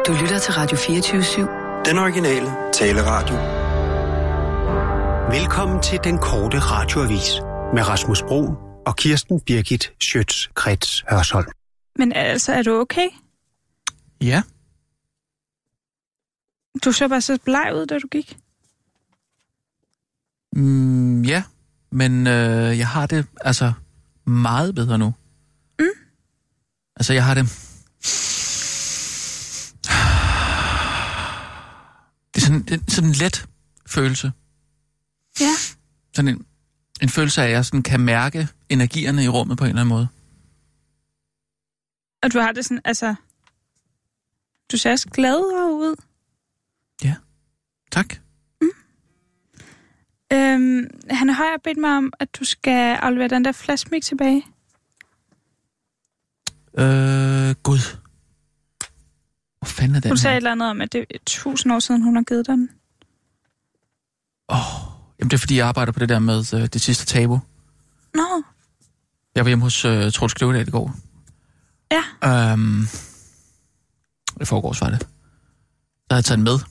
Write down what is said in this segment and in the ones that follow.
Du lytter til Radio 24/7. Den originale taleradio. Velkommen til den korte radioavis med Rasmus Broen og Kirsten Birgit Schøtz-Krets Hørsholm. Men altså, er du okay? Ja. Du så bare så bleg ud, da du gik. Ja, men jeg har det altså meget bedre nu. Mm. Altså, jeg har det... Det er sådan en let følelse. Ja. Sådan en følelse af, at jeg sådan kan mærke energierne i rummet på en eller anden måde. Og du har det sådan, altså... Du ser også glad ud. Ja, tak. Han har bedt mig om, at du skal aflevere den der flashmic tilbage. Gud. Hvor fanden er den Hun sagde her? et eller andet om, at det er 1000 år siden, hun har givet den. Jamen det er fordi, jeg arbejder på det der med det sidste tabu. Nå. Jeg var hjemme hos Troels Kløvedal i går. Ja. Det foregårs var det. Der havde jeg taget den med.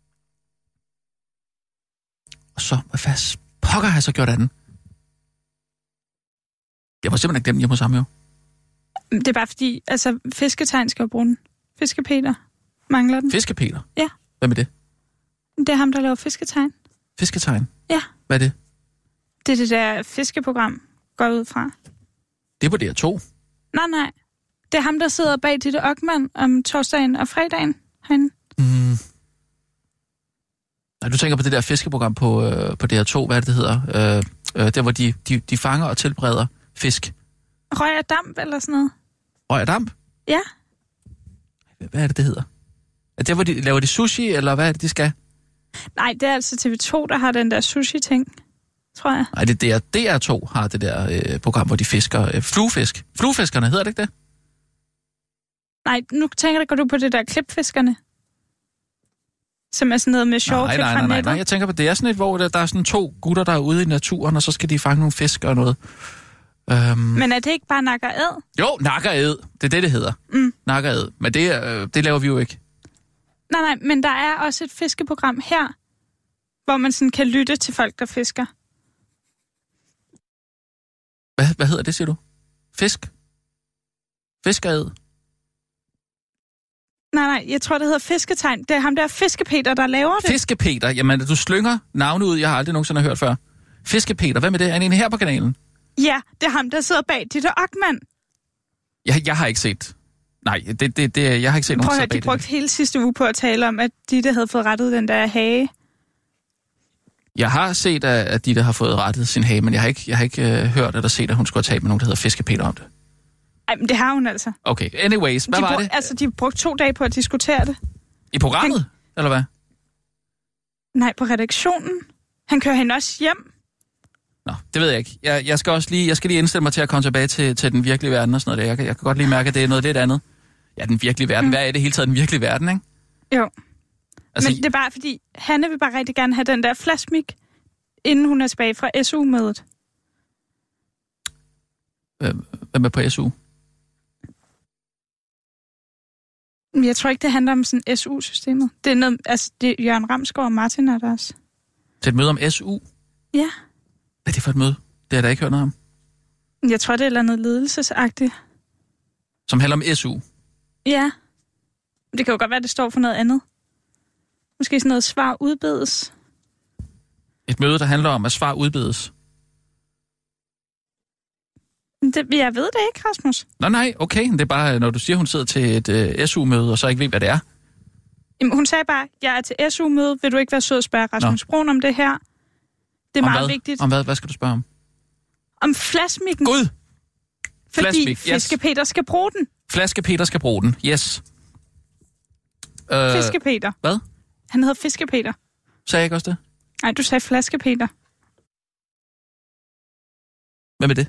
Og så, hvad fast pokker har jeg så gjort af den? Jeg var simpelthen glemt hjemme hos ham jo. Det er bare fordi, altså fisketegn skal jo bruge den. Fiskepeter mangler den. Fiskepeter? Ja. Hvem er det? Det er ham, der laver fisketegn. Fisketegn? Ja. Hvad er det? Det er det der fiskeprogram, går ud fra. Det er på DR2. Nej. Det er ham, der sidder bag Ditte Okman om torsdagen og fredagen herinde. Nej, du tænker på det der fiskeprogram på DR2, hvad er det hedder? Der, hvor de fanger og tilbereder fisk. Røg og damp eller sådan noget. Røg og damp? Ja. Hvad er det hedder? Er det, hvor de laver de sushi, eller hvad er det, de skal? Nej, det er altså TV2, der har den der sushi-ting, tror jeg. Nej, det er DR2 har det der program, hvor de fisker fluefisk. Fluefiskerne, hedder det ikke det? Nej, nu går du på det der klipfiskerne. Som er sådan noget med sjove klip fra nettet. Nej, jeg tænker på, det er sådan et, hvor der er sådan 2 gutter, der er ude i naturen, og så skal de fange nogle fisk og noget. Men er det ikke bare nak og æd? Jo, nak og æd. Det er det hedder. Nak og æd. Men det laver vi jo ikke. Nej, men der er også et fiskeprogram her, hvor man sådan kan lytte til folk, der fisker. Hvad hedder det, siger du? Fisk? Fiskeæd? Nej, jeg tror, det hedder fisketegn. Det er ham der Fiskepeter, der laver det. Fiskepeter? Jamen, du slynger navne ud, jeg har aldrig nogensinde hørt før. Fiskepeter, hvad med det? Er han inde her på kanalen? Ja, det er ham, der sidder bag Ditte Okman. Jeg har ikke set... Nej, jeg har ikke set nogen. Prøv at høre, de brugte hele sidste uge på at tale om, at Ditte havde fået rettet den der hage. Jeg har set, at Ditte har fået rettet sin hage, men jeg har ikke hørt eller set, at hun skulle have talt med nogen, der hedder Fiskepeter om det. Ej, men det har hun altså. Okay, anyways, hvad var det? Altså, de brugte 2 dage på at diskutere det. I programmet, eller hvad? Nej, på redaktionen. Han kører hende også hjem. Nå, det ved jeg ikke. Jeg skal lige indstille mig til at komme tilbage til den virkelige verden og sådan noget. Jeg kan godt lige mærke, at det er noget lidt andet. Ja, den virkelige verden. Hvad er det hele taget, den virkelige verden, ikke? Jo. Altså, men det er bare fordi, Hanne vil bare rigtig gerne have den der flashmic, inden hun er tilbage fra SU-mødet. Hvad med på SU? Jeg tror ikke, det handler om sådan SU-systemet. Det er noget, altså det er Jørgen Ramsgaard og Martin er der også. Til et møde om SU? Ja. Hvad er det for et møde? Det har jeg da ikke hørt noget om. Jeg tror, det er et eller andet ledelsesagtigt. Som handler om SU? Ja. Det kan jo godt være, det står for noget andet. Måske sådan noget svar udbedes. Et møde, der handler om, at svar udbedes? Jeg ved det ikke, Rasmus. Nej, okay. Det er bare, når du siger, hun sidder til et SU-møde, og så ikke ved, hvad det er. Jamen, hun sagde bare, jeg er til SU-møde. Vil du ikke være sød at spørge Rasmus Broen om det her? Det er meget vigtigt. Om hvad? Hvad skal du spørge om? Om flashmicken. Gud! Fordi Fiskepeter skal bruge den. Fiskepeter skal bruge den, yes. Fiskepeter. Hvad? Han hedder Fiskepeter. Sagde jeg ikke også det? Nej, du sagde Flaskepeter. Hvad med det?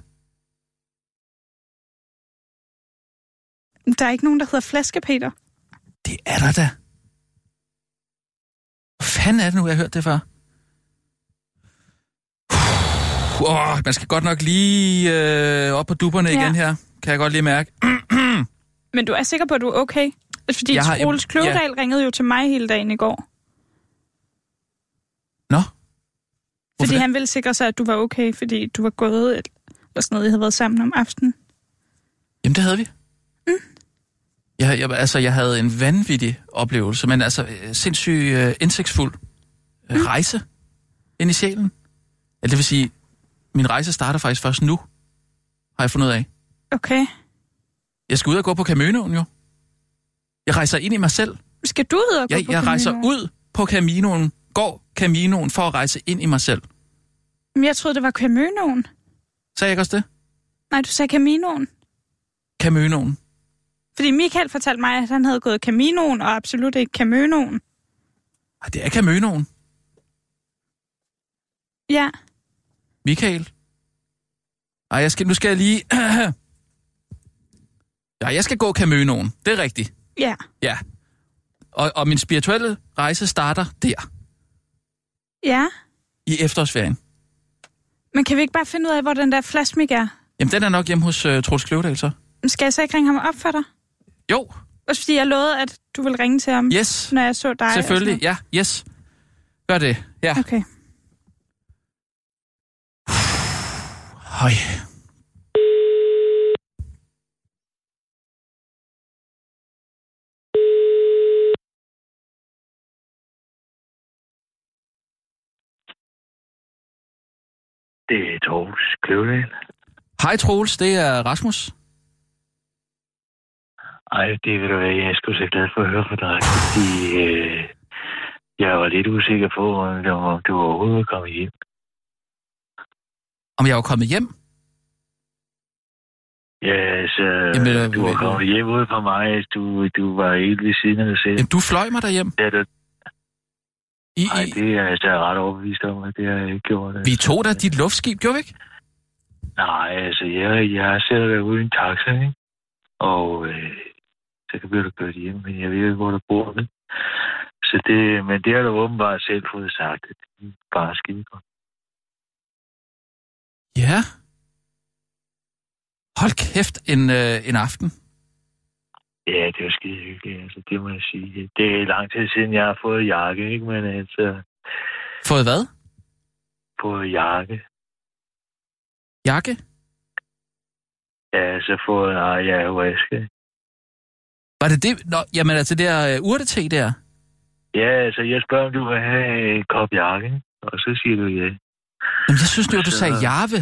Der er ikke nogen, der hedder Flaskepeter. Det er der da. Hvor fanden er det nu, jeg har hørt det før? Man skal godt nok lige op på dupperne igen her. Kan jeg godt lige mærke. Men du er sikker på, at du er okay? Fordi Troels Kløvedal ringede jo til mig hele dagen i går. Nå? Fordi han ville sikre sig, at du var okay, fordi du var gået, eller sådan noget, I havde været sammen om aftenen. Jamen, det havde vi. Jeg havde en vanvittig oplevelse, men altså sindssygt indsigtsfuld rejse ind i sjælen. Ja, det vil sige, min rejse starter faktisk først nu, har jeg fundet ud af. Okay. Jeg skal ud og gå på Caminoen, jo. Jeg rejser ind i mig selv. Skal du ud og gå på Caminoen? Jeg rejser ud på Caminoen, går Caminoen for at rejse ind i mig selv. Men jeg troede, det var Caminoen. Sagde jeg ikke også det? Nej, du sagde Caminoen. Caminoen. Fordi Michael fortalte mig, at han havde gået Caminoen, og absolut ikke Caminoen. Ej, det er Caminoen. Ja. Michael? Ej, nu skal jeg lige... Ja, jeg skal gå Caminoen. Det er rigtigt. Ja. Ja. Og min spirituelle rejse starter der. Ja. I efterårsferien. Men kan vi ikke bare finde ud af, hvor den der flashmic er? Jamen, den er nok hjemme hos Troels Kløvedal, så. Skal jeg så ikke ringe ham op for dig? Jo. Også fordi jeg lovede, at du vil ringe til ham, når jeg så dig. Selvfølgelig, ja. Yes. Gør det, ja. Okay. Høj. Det er Troels Kløvedal. Hej Troels, det er Rasmus. Ej, det vil du være, jeg er sgu så glad for at høre fra dig, fordi jeg var lidt usikker på, om du overhovedet var kommet hjem. Om jeg var kommet hjem? Ja, altså, du var kommet hjem ud fra mig, du var helt ved siden af dig selv. Jamen, du fløj mig derhjem? Ja, nej, det er altså ret overbevist om, at det har jeg ikke gjort. Vi tog da dit luftskib, gjorde vi ikke? Nej, altså, jeg sætter dig ud i en taxa, ikke? Og så kan du køre hjem, men jeg ved ikke, hvor du bor med. Så men det har du åbenbart selv fået sagt, at det er bare skide godt. Ja. Hold kæft, en aften. Ja, det var skide hyggeligt, altså, det må jeg sige. Det er lang tid siden, jeg har fået jakke, ikke? Men altså... Fået hvad? Fået jakke. Jakke? Ja, så fået ayahuasca. Var det det? Nå, jamen altså, det der urtete der? Ja, altså, jeg spørger, om du vil have en kop jakke, og så siger du ja. Jamen, jeg synes, du sagde jarve.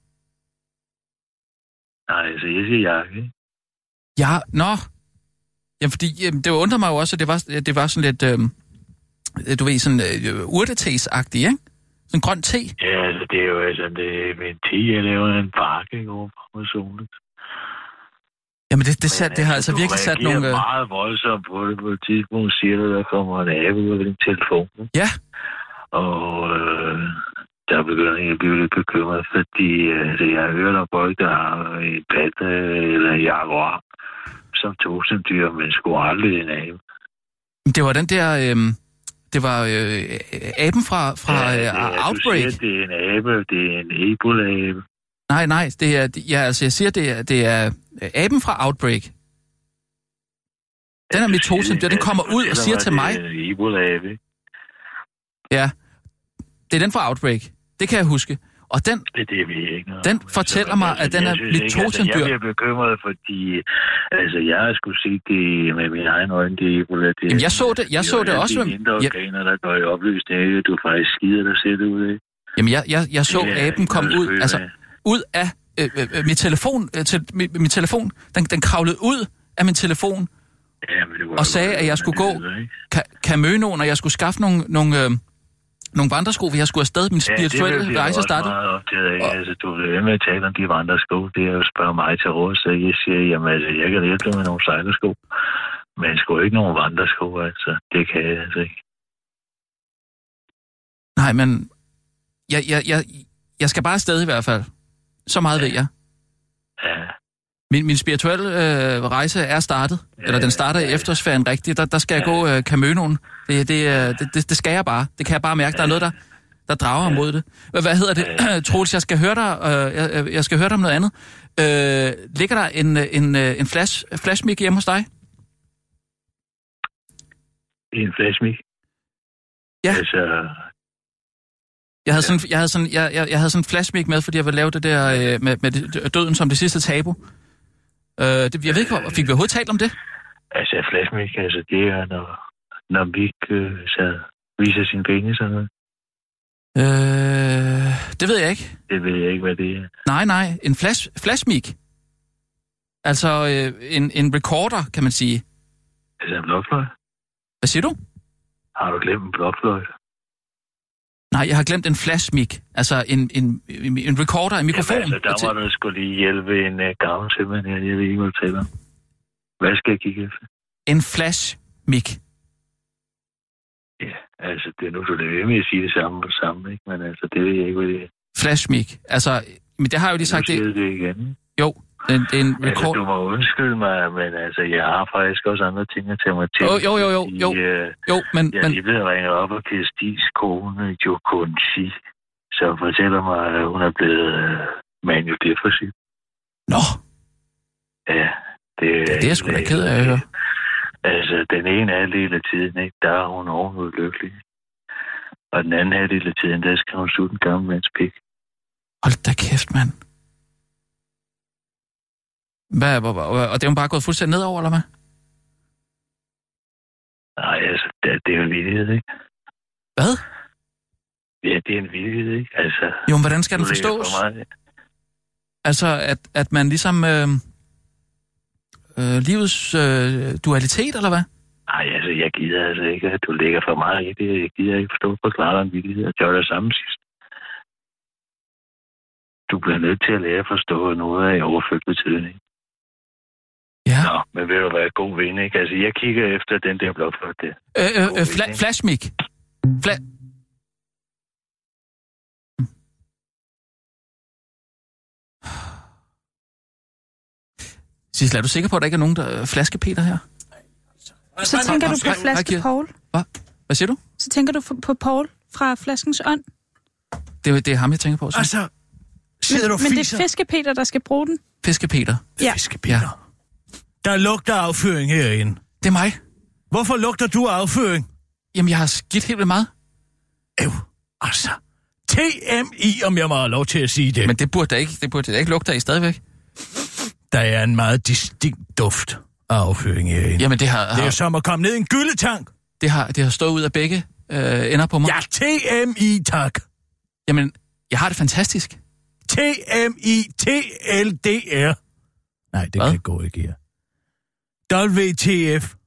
Nej, altså, jeg siger jakke. Ja, nå. Jamen, fordi det undrer mig jo også, at det var sådan lidt, du ved, sådan urtetes-agtigt, ikke? Sådan grøn te. Ja, altså, det er jo altså, det med en te, jeg laver en bakke over på solen. Jamen, det har altså virkelig sat nogle... Du reagerer meget voldsomt på det. På et tidspunkt siger du, der kommer en abe ud af din telefon. Ja. Og der begynder jeg at blive lidt bekymret, fordi jeg har hørt om folk, der har en pat eller en jaguar som tosemdyr, men sgu aldrig en abe. Det var den der... Det var aben fra Outbreak. Du siger, det er en abe, det er en ebola-abe. Nej, det er... Ja, altså, jeg siger, det er aben fra Outbreak. Den er mit tosemdyr, den kommer ud og siger til mig... Det er en ebola-abe. Ja, det er den fra Outbreak. Det kan jeg huske. Og den, det ved jeg ikke noget. Den fortæller mig, at den er mit totemdyr. Jeg bliver bekymret, fordi jeg har sgu set det med min egen øjne, det er Ebola. Jamen, jeg så det også. Det er mindre organer, der går i opløsning, du faktisk skider dig selv ud af. Jamen, jeg så aben komme ud, altså ud af min telefon. Den kravlede ud af min telefon og sagde, at jeg skulle gå Caminoen, og jeg skulle skaffe nogle vandresko, vi har skulle afsted. Min spirituelle rejse startede. Altså, du vil med at tale om de vandresko. Det er jo at spørge mig til råd, så jeg siger, jamen altså, jeg kan hjælpe dig med nogle sejlersko. Men sgu ikke nogle vandresko, altså. Det kan jeg altså ikke. Nej, men jeg skal bare afsted i hvert fald. Så meget ved jeg. Ja. Min spirituelle rejse er startet. Eller den starter i efterårsferien rigtigt. Der skal jeg gå Caminoen. Det skal jeg bare. Det kan jeg bare mærke. Der er noget, der drager mod det. Hvad hedder det? Troels, jeg skal høre dig. Jeg skal høre dig om noget andet. Ligger der en flashmic hjemme hos dig? En flashmic? Ja. Altså... Jeg havde sådan en flashmic med, fordi jeg ville lave det der med døden som det sidste tabu. Jeg ved ikke, fik vi overhovedet talt om det? Altså, flashmic, altså det er, når Mik viser sin penge sådan noget. Det ved jeg ikke. Det ved jeg ikke, hvad det er. Nej, en flashmic. Altså en recorder, kan man sige. Altså en blokfløjte? Hvad siger du? Har du glemt en blokfløjte? Nej, jeg har glemt en flashmic. Altså en recorder, en mikrofon. Jamen, altså, der må du skulle lige hjælpe en gammel simpelthen her. Jeg ved ikke, hvad du taler om. Hvad skal jeg kigge efter? En flashmic. Ja, altså, det er nu, du er ved med at sige det samme på samme, ikke? Men altså, det ved jeg ikke, hvad det er. Flashmic. Altså, men det har jeg jo lige sagt. Nu siger det igen. Jo, det er en record. Altså, du må undskylde mig, men altså, jeg har faktisk også andre ting at tage mig til. Jo, men... Jeg er lige blevet ringet op af Kirstis kone, Jo Kunchi, som fortæller mig, at hun er blevet maniodepressiv. Nå! Ja, det er jeg sgu da ked af at høre. Altså, den ene halvdel af tiden, ikke, der er hun ovenud lykkelig. Og den anden halvdel af tiden, der skal hun suge den gamle mands pik. Hold da kæft, mand. Og det er hun bare gået fuldstændig nedover, eller hvad? Nej, altså, det er jo en vildighed, ikke? Hvad? Ja, det er en vildighed, ikke? Altså... Jo, men hvordan skal den forstås? Altså, at man ligesom... livets dualitet, eller hvad? Nej, altså, jeg gider altså ikke, at du lægger for meget i det. Jeg gider ikke forstå på klart en vildighed. Jeg gør det samme sidst. Du bliver nødt til at lære at forstå noget af overført betydning. Ja. Nå, men vil du være god ven, ikke? Altså, jeg kigger efter den der blokfløjte der. Flashmic. Sissel, er du sikker på, at der ikke er nogen, der er flaskepeter her? Så tænker du på flaske Paul? Hvad siger du? Så tænker du på Paul fra Flaskens Ånd? Det er ham, jeg tænker på. Så. Altså, sidder du og fiser? Men det er Fiskepeter, der skal bruge den. Fiskepeter? Ja. Fiskepeter. Ja. Der lugter afføring herinde. Det er mig. Hvorfor lugter du afføring? Jamen, jeg har skidt helt vildt meget. Altså. TMI, om jeg må have lov til at sige det. Men det burde da ikke lugte af stadigvæk. Der er en meget distinkt duft af afføring herinde. Jamen, det er som at komme ned i en gyldetank. Det har stået ud af begge ender på mig. Ja, TMI, tak. Jamen, jeg har det fantastisk. TMITLDR. Nej, det kan gå ikke her. WTF.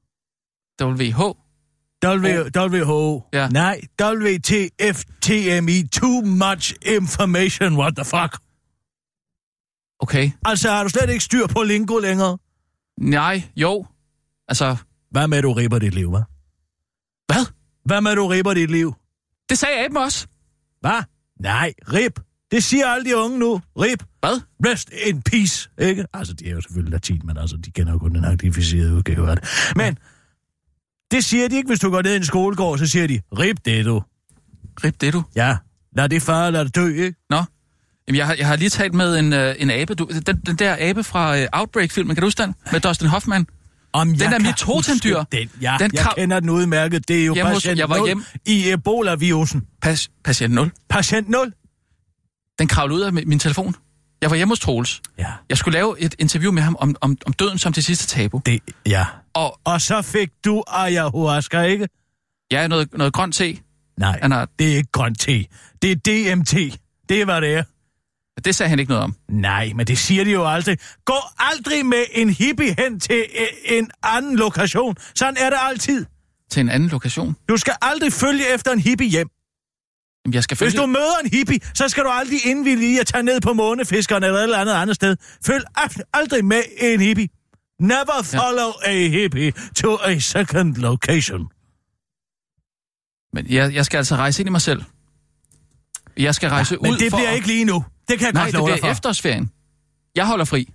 WHO. Ja. Nej, WTF, TMI, too much information, what the fuck. Okay. Altså, har du slet ikke styr på lingo længere? Nej, jo. Altså... Hvad med, du ripper dit liv, hva'? Hvad? Hvad med, du ripper dit liv? Det sagde Aben også. Hvad? Nej, rip. Det siger alle de unge nu. Rip. Hvad? Rest in peace, ikke? Altså, det er jo selvfølgelig latin, men altså, de kender jo kun den aktiviserede udgave af det. Men, det siger de ikke, hvis du går ned i en skolegård, så siger de, rip det du. Rip det du? Ja. Lad det far, lad det dø, ikke? Nå. Jamen, jeg har lige talt med en abe. Den der abe fra Outbreak-filmen, kan du huske den? Med Dustin Hoffman. Den er mit totemdyr. Ja, jeg kender den udmærket. Det er jo patient 0 i Ebola-virusen. Patient 0? Patient 0? Den kravlede ud af min telefon. Jeg var hjemme hos Troels. Ja. Jeg skulle lave et interview med ham om døden som det sidste tabu. Ja. Og så fik du ayahuasca, ikke? Ja, noget grønt te. Nej, det er ikke grønt te. Det er DMT. Det er, hvad det er. Det sagde han ikke noget om. Nej, men det siger de jo aldrig. Gå aldrig med en hippie hen til en anden lokation. Sådan er det altid. Til en anden lokation? Du skal aldrig følge efter en hippie hjem. Jamen, jeg skal følge... Hvis du møder en hippie, så skal du aldrig indvillige i at tage ned på månefiskeren eller et eller andet sted. Følg aldrig med en hippie. Never follow a hippie to a second location. Men jeg skal altså rejse ind i mig selv. Jeg skal rejse ud for... Men det bliver ikke lige nu. Det kan jeg godt love dig for. Nej, det bliver efterårsferien. Jeg holder fri.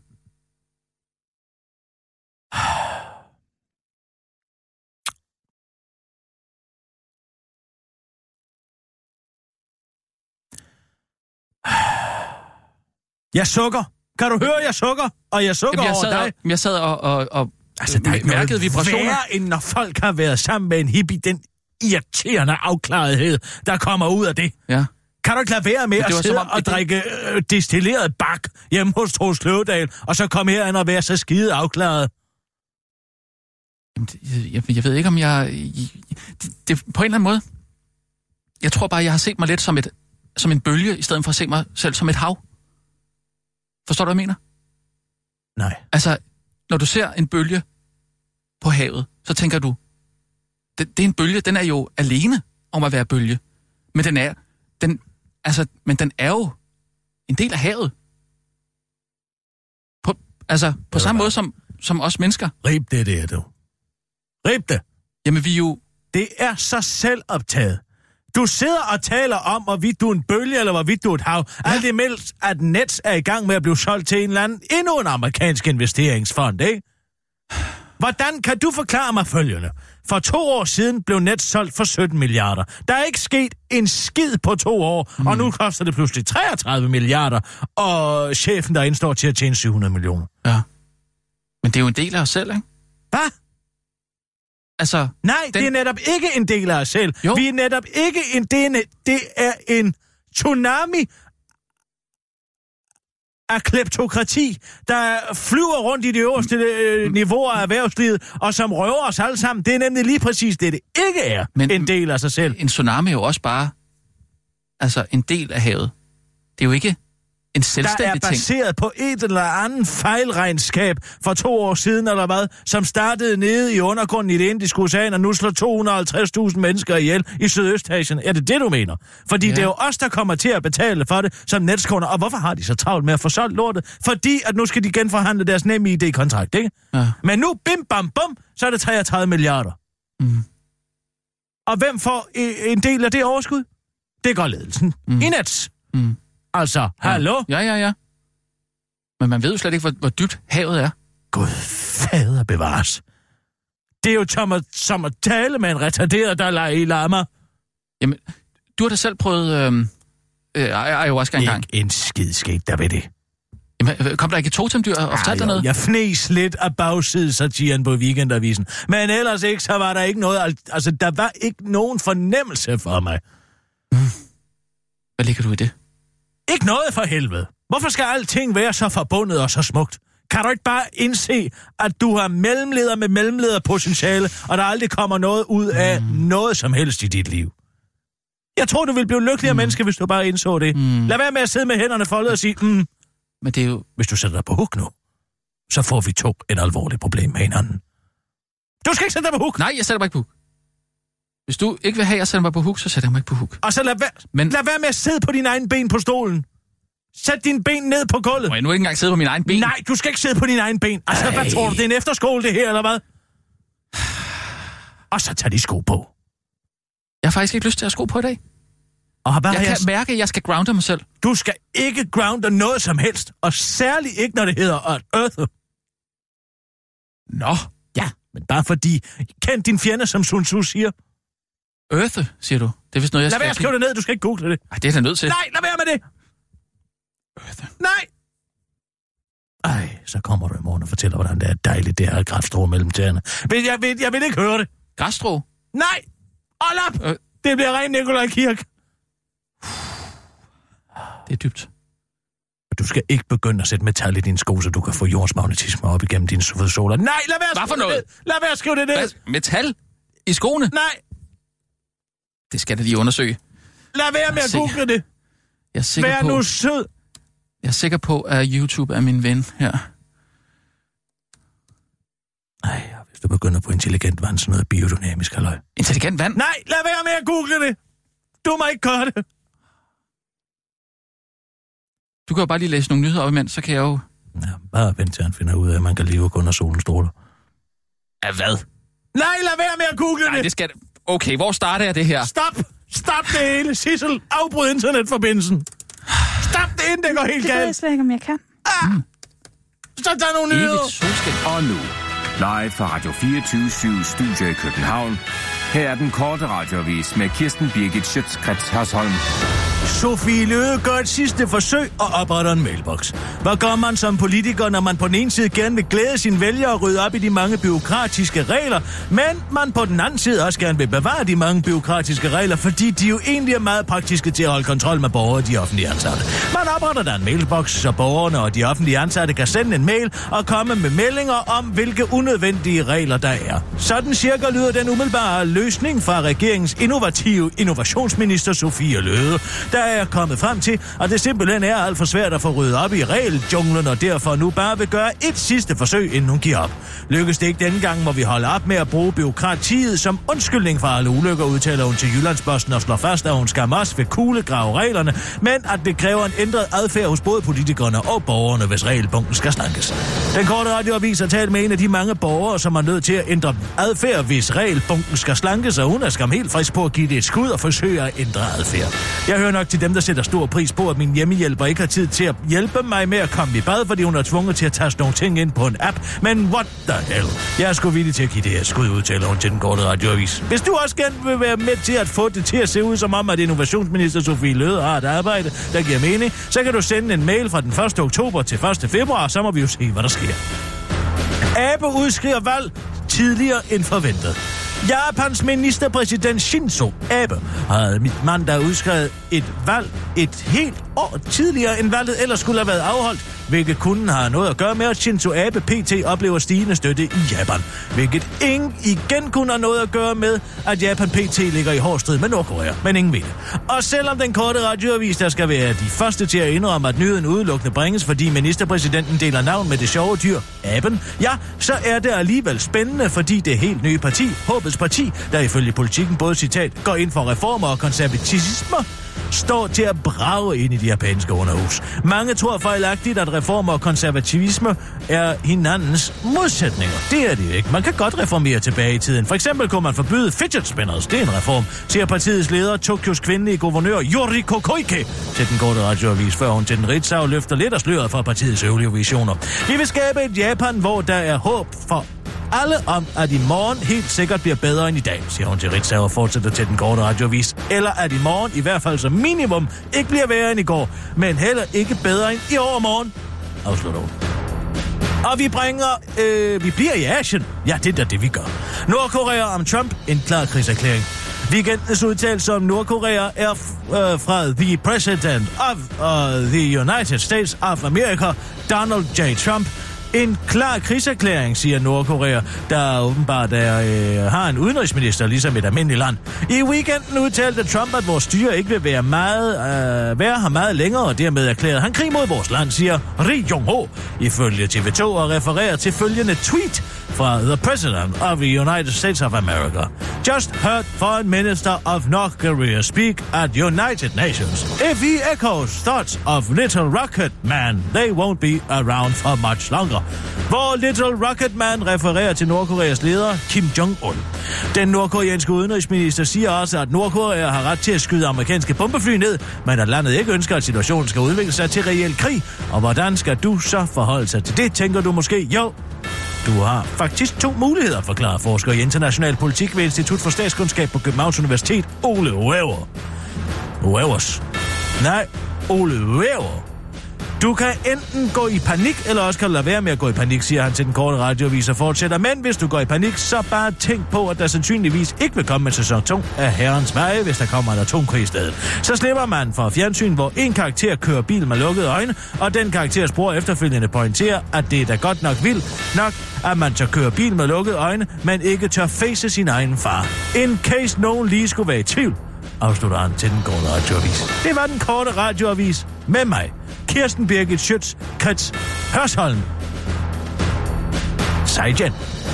Jeg sukker. Kan du høre, jeg sukker? Og jeg sukker over dig. Jeg sad og Altså, der er ikke mærket vibrationer. værre, end når folk har været sammen med en hippie, den irriterende afklarethed, der kommer ud af det. Ja. Kan du ikke lade være med at sidde og drikke destilleret bak hjemme hos Troels Kløvedal, og så komme herind og være så skide afklaret? Jeg ved ikke, om jeg... Det, på en eller anden måde... Jeg tror bare, jeg har set mig lidt som en bølge, i stedet for at se mig selv som et hav. Forstår du, hvad jeg mener? Nej. Altså, når du ser en bølge på havet, så tænker du, det er en bølge, den er jo alene om at være bølge. Men den er jo en del af havet. På samme måde som os mennesker. Rib det der, du. Rib det. Jamen, vi jo... Det er så selvoptaget. Du sidder og taler om, hvorvidt du er en bølge, eller hvorvidt du er et hav. Ja. Alt imens, at Nets er i gang med at blive solgt til en eller anden, endnu en amerikansk investeringsfond, ikke? Hvordan kan du forklare mig følgende? For 2 år siden blev Nets solgt for 17 milliarder. Der er ikke sket en skid på 2 år, og nu koster det pludselig 33 milliarder, og chefen derinde står til at tjene 700 millioner. Ja. Men det er jo en del af os selv, ikke? Hvad? Altså... Nej, det er netop ikke en del af os selv. Jo. Vi er netop ikke en del... Det er en tsunami af kleptokrati, der flyver rundt i de øverste niveauer af erhvervslivet, og som røver os alle sammen. Det er nemlig lige præcis det ikke er. Men en del af sig selv. En tsunami er jo også bare en del af havet. Det er jo ikke en selvstændig ting. Der er baseret på et eller andet fejlregnskab for 2 år siden, eller hvad, som startede nede i undergrunden i det indiske ocean, og nu slår 250.000 mennesker ihjel i Sydøstasien. Er det det, du mener? Fordi det er jo os, der kommer til at betale for det som netskunder. Og hvorfor har de så travlt med at få solgt lortet? Fordi at nu skal de genforhandle deres NemID-kontrakt, ikke? Ja. Men nu, bim, bam, bum, så er det 33 milliarder. Mm. Og hvem får en del af det overskud? Det går ledelsen i Nets. Mm. Altså, hallo? Ja. Men man ved jo slet ikke, hvor dybt havet er. Gud fader bevares. Det er jo som at tale med en retarderet Dalai Lama. Jamen, du har da selv prøvet ayahuasca engang. Ikke en skid skete der ved det. Jamen, kom der ikke et totemdyr og fortalte dig noget? Jeg fnes lidt af bagsidesatiren på Weekendavisen. Men ellers ikke, så var der ikke noget... Altså, der var ikke nogen fornemmelse for mig. Hvad ligger du i det? Ikke noget for helvede. Hvorfor skal alting være så forbundet og så smukt? Kan du ikke bare indse, at du har mellemleder med mellemlederpotentiale, og der aldrig kommer noget ud af noget som helst i dit liv? Jeg tror, du vil blive lykkeligere menneske, hvis du bare indså det. Lad være med at sidde med hænderne foldet og sige, Men det er jo... Hvis du sætter dig på huk nu, så får vi 2 et alvorligt problem med hinanden. Du skal ikke sætte dig på huk! Nej, jeg sætter mig ikke på huk. Hvis du ikke vil have, at jeg sætter mig på huk, så sætter jeg mig ikke på huk. Og så lad være med at sidde på dine egne ben på stolen. Sæt dine ben ned på gulvet. Må jeg nu ikke engang sidde på mine egne ben? Nej, du skal ikke sidde på dine egne ben. Altså, hvad tror du, det er en efterskole, det her, eller hvad? Og så tag de sko på. Jeg har faktisk ikke lyst til at sko på i dag. Og jeg kan mærke, at jeg skal grounde mig selv. Du skal ikke grounde noget som helst. Og særligt ikke, når det hedder at earthe. Nå. Ja, men bare fordi... Kend din fjende, som Sun Tzu siger. Earthe, siger du? Det er vist noget, jeg skal... Lad være at skrive det ned, du skal ikke google det. Ej, det er da nødt til. Nej, lad være med det! Earthe. Nej! Ej, så kommer du i morgen og fortæller, hvordan det er dejligt, det her græsstrå mellem tæerne. Men jeg vil ikke høre det. Græsstrå? Nej! Hold op! Det bliver ren Nikolaj Kirk. Det er dybt. Du skal ikke begynde at sætte metal i dine sko, så du kan få jordsmagnetisme op igennem dine soler. Nej, lad være at skrive det ned! Lad være at skrive det ned! Metal? I skoene? Nej! Det skal jeg lige undersøge. Lad være med at google det! Jeg er sikker Vær nu sød! Jeg er sikker på, at YouTube er min ven her. Nej, hvis du begynder på intelligent vand, så noget biodynamisk halløj. Intelligent vand? Nej, lad være med at google det! Du må ikke gøre det! Du kan jo bare lige læse nogle nyheder op imens, så kan jeg jo... Ja, bare vent til han finder ud af, at man kan leve kun, når solen stråler. Ja, hvad? Nej, lad være med at google det! Nej, det skal... Okay, hvor starter jeg det her? Stop det hele! Sissel, afbryd internetforbindelsen! Stop det, inden det går helt galt! Det ved jeg slet ikke, om jeg kan. Så tag nogle nyheder! Evigt solskin. Og nu, live fra Radio 24/7 Studio i København. Her er den korte radioavis med Kirsten Birgit Schøtz-Krets Hørsholm. Sofie Løhde gør et sidste forsøg og opretter en mailbox. Hvad gør man som politiker, når man på den ene side gerne vil glæde sine vælgere og rydde op i de mange byråkratiske regler, men man på den anden side også gerne vil bevare de mange byråkratiske regler, fordi de jo egentlig er meget praktiske til at holde kontrol med borgere og de offentlige ansatte. Man opretter der en mailbox, så borgerne og de offentlige ansatte kan sende en mail og komme med meldinger om, hvilke unødvendige regler der er. Sådan cirka lyder den umiddelbare løsning fra regeringens innovative innovationsminister Sofie Løhde, der er kommet frem til, at det simpelthen er alt for svært at få ryddet op i regeljunglen, og derfor nu bare vil gøre et sidste forsøg, inden hun giver op. Lykkes det ikke denne gang, må vi holde op med at bruge byråkratiet som undskyldning for alle ulykker, udtaler hun til Jyllandsposten og slår fast, at hun skam også vil kuglegrave reglerne, men at det kræver en ændret adfærd hos både politikerne og borgerne, hvis regelpunkten skal slankes. Den korte radioavis har talt med en af de mange borgere, som er nødt til at ændre adfærd, hvis regelpunkten skal slankes, og hun er skam helt frisk på at give det et skud og forsøge at ændre adfærd. Jeg hører nok til dem, der sætter stor pris på, at min hjemmehjælper ikke har tid til at hjælpe mig med at komme i bad, fordi hun er tvunget til at taste nogle ting ind på en app. Men what the hell? Jeg er sgu villig til at give det her skud, udtaler hun til den korte radioavis. Hvis du også gerne vil være med til at få det til at se ud som om, at innovationsminister Sofie Løhde har et arbejde, der giver mening, så kan du sende en mail fra den 1. oktober til 1. februar, så må vi jo se, hvad der sker. Abe udskriver valg tidligere end forventet. Japans ministerpræsident Shinzo Abe havde mandag udskrevet et valg et helt år tidligere end valget ellers skulle have været afholdt, hvilket kunne have noget at gøre med, at Shinzo Abe pt. Oplever stigende støtte i Japan, hvilket igen kunne have noget at gøre med, at Japan pt. Ligger i hård strid med Nordkorea, men ingen ved det. Og selvom den korte radioavis, der skal være de første til at indrømme, at nyheden udelukkende bringes, fordi ministerpræsidenten deler navn med det sjove dyr, aben, ja, så er det alligevel spændende, fordi det helt nye parti, Håbets Parti, der ifølge Politikken både citat går ind for reformer og konservatisme, står til at brage ind i de japanske underhus. Mange tror fejlagtigt, at reformer og konservativisme er hinandens modsætninger. Det er det ikke. Man kan godt reformere tilbage i tiden. For eksempel kunne man forbyde fidget spinners. Det er en reform, siger partiets leder, Tokyos kvindelige guvernør Yoriko Koike til den korte radioavis, før hun til den Ritzau løfter lidt af sløret fra partiets øvrige visioner. Vi vil skabe et Japan, hvor der er håb for alle om, at i morgen helt sikkert bliver bedre end i dag, siger hun til Ritzau og fortsætter til den korte radioavis. Eller at i morgen, i hvert fald som minimum, ikke bliver værre end i går, men heller ikke bedre end i overmorgen, afslutter hun. Og vi bliver i Asien. Ja, det er da det, vi gør. Nordkorea om Trump, en klar krigserklæring. Weekendens udtalelse om Nordkorea er fra The President of the United States of America, Donald J. Trump. En klar krigserklæring, siger Nordkorea, der åbenbart har en udenrigsminister, ligesom et almindeligt land. I weekenden udtalte Trump, at vores styre ikke vil være her meget længere, og dermed erklærede han krig mod vores land, siger Ri Yong-ho, ifølge TV2, og refererer til følgende tweet fra The President of the United States of America. Just heard Foreign Minister of North Korea speak at United Nations. If he echoes thoughts of Little Rocket Man, they won't be around for much longer. Hvor Little Rocket Man refererer til Nordkoreas leder, Kim Jong-un. Den nordkoreanske udenrigsminister siger også, at Nordkorea har ret til at skyde amerikanske bombefly ned, men at landet ikke ønsker, at situationen skal udvikle sig til reel krig. Og hvordan skal du så forholde sig til det, tænker du måske? Jo, du har faktisk 2 muligheder, forklarer forsker i international politik ved Institut for Statskundskab på Københavns Universitet, Ole Wever. Du kan enten gå i panik, eller også kan du lade være med at gå i panik, siger han til den korte radioavis og fortsætter. Men hvis du går i panik, så bare tænk på, at der sandsynligvis ikke vil komme en sæson 2 af Herrens Veje, hvis der kommer en atomkrig i stedet. Så slipper man for fjernsyn, hvor en karakter kører bil med lukkede øjne, og den karakters bror efterfølgende pointerer, at det er da godt nok vildt nok, at man tør køre bil med lukkede øjne, men ikke tør face sin egen far. In case nogen lige skulle være i tvivl, afslutter han til den korte radioavis. Det var den korte radioavis med mig, Kirsten Birgit Schøtz-Krets Hørsholm. Sejjen.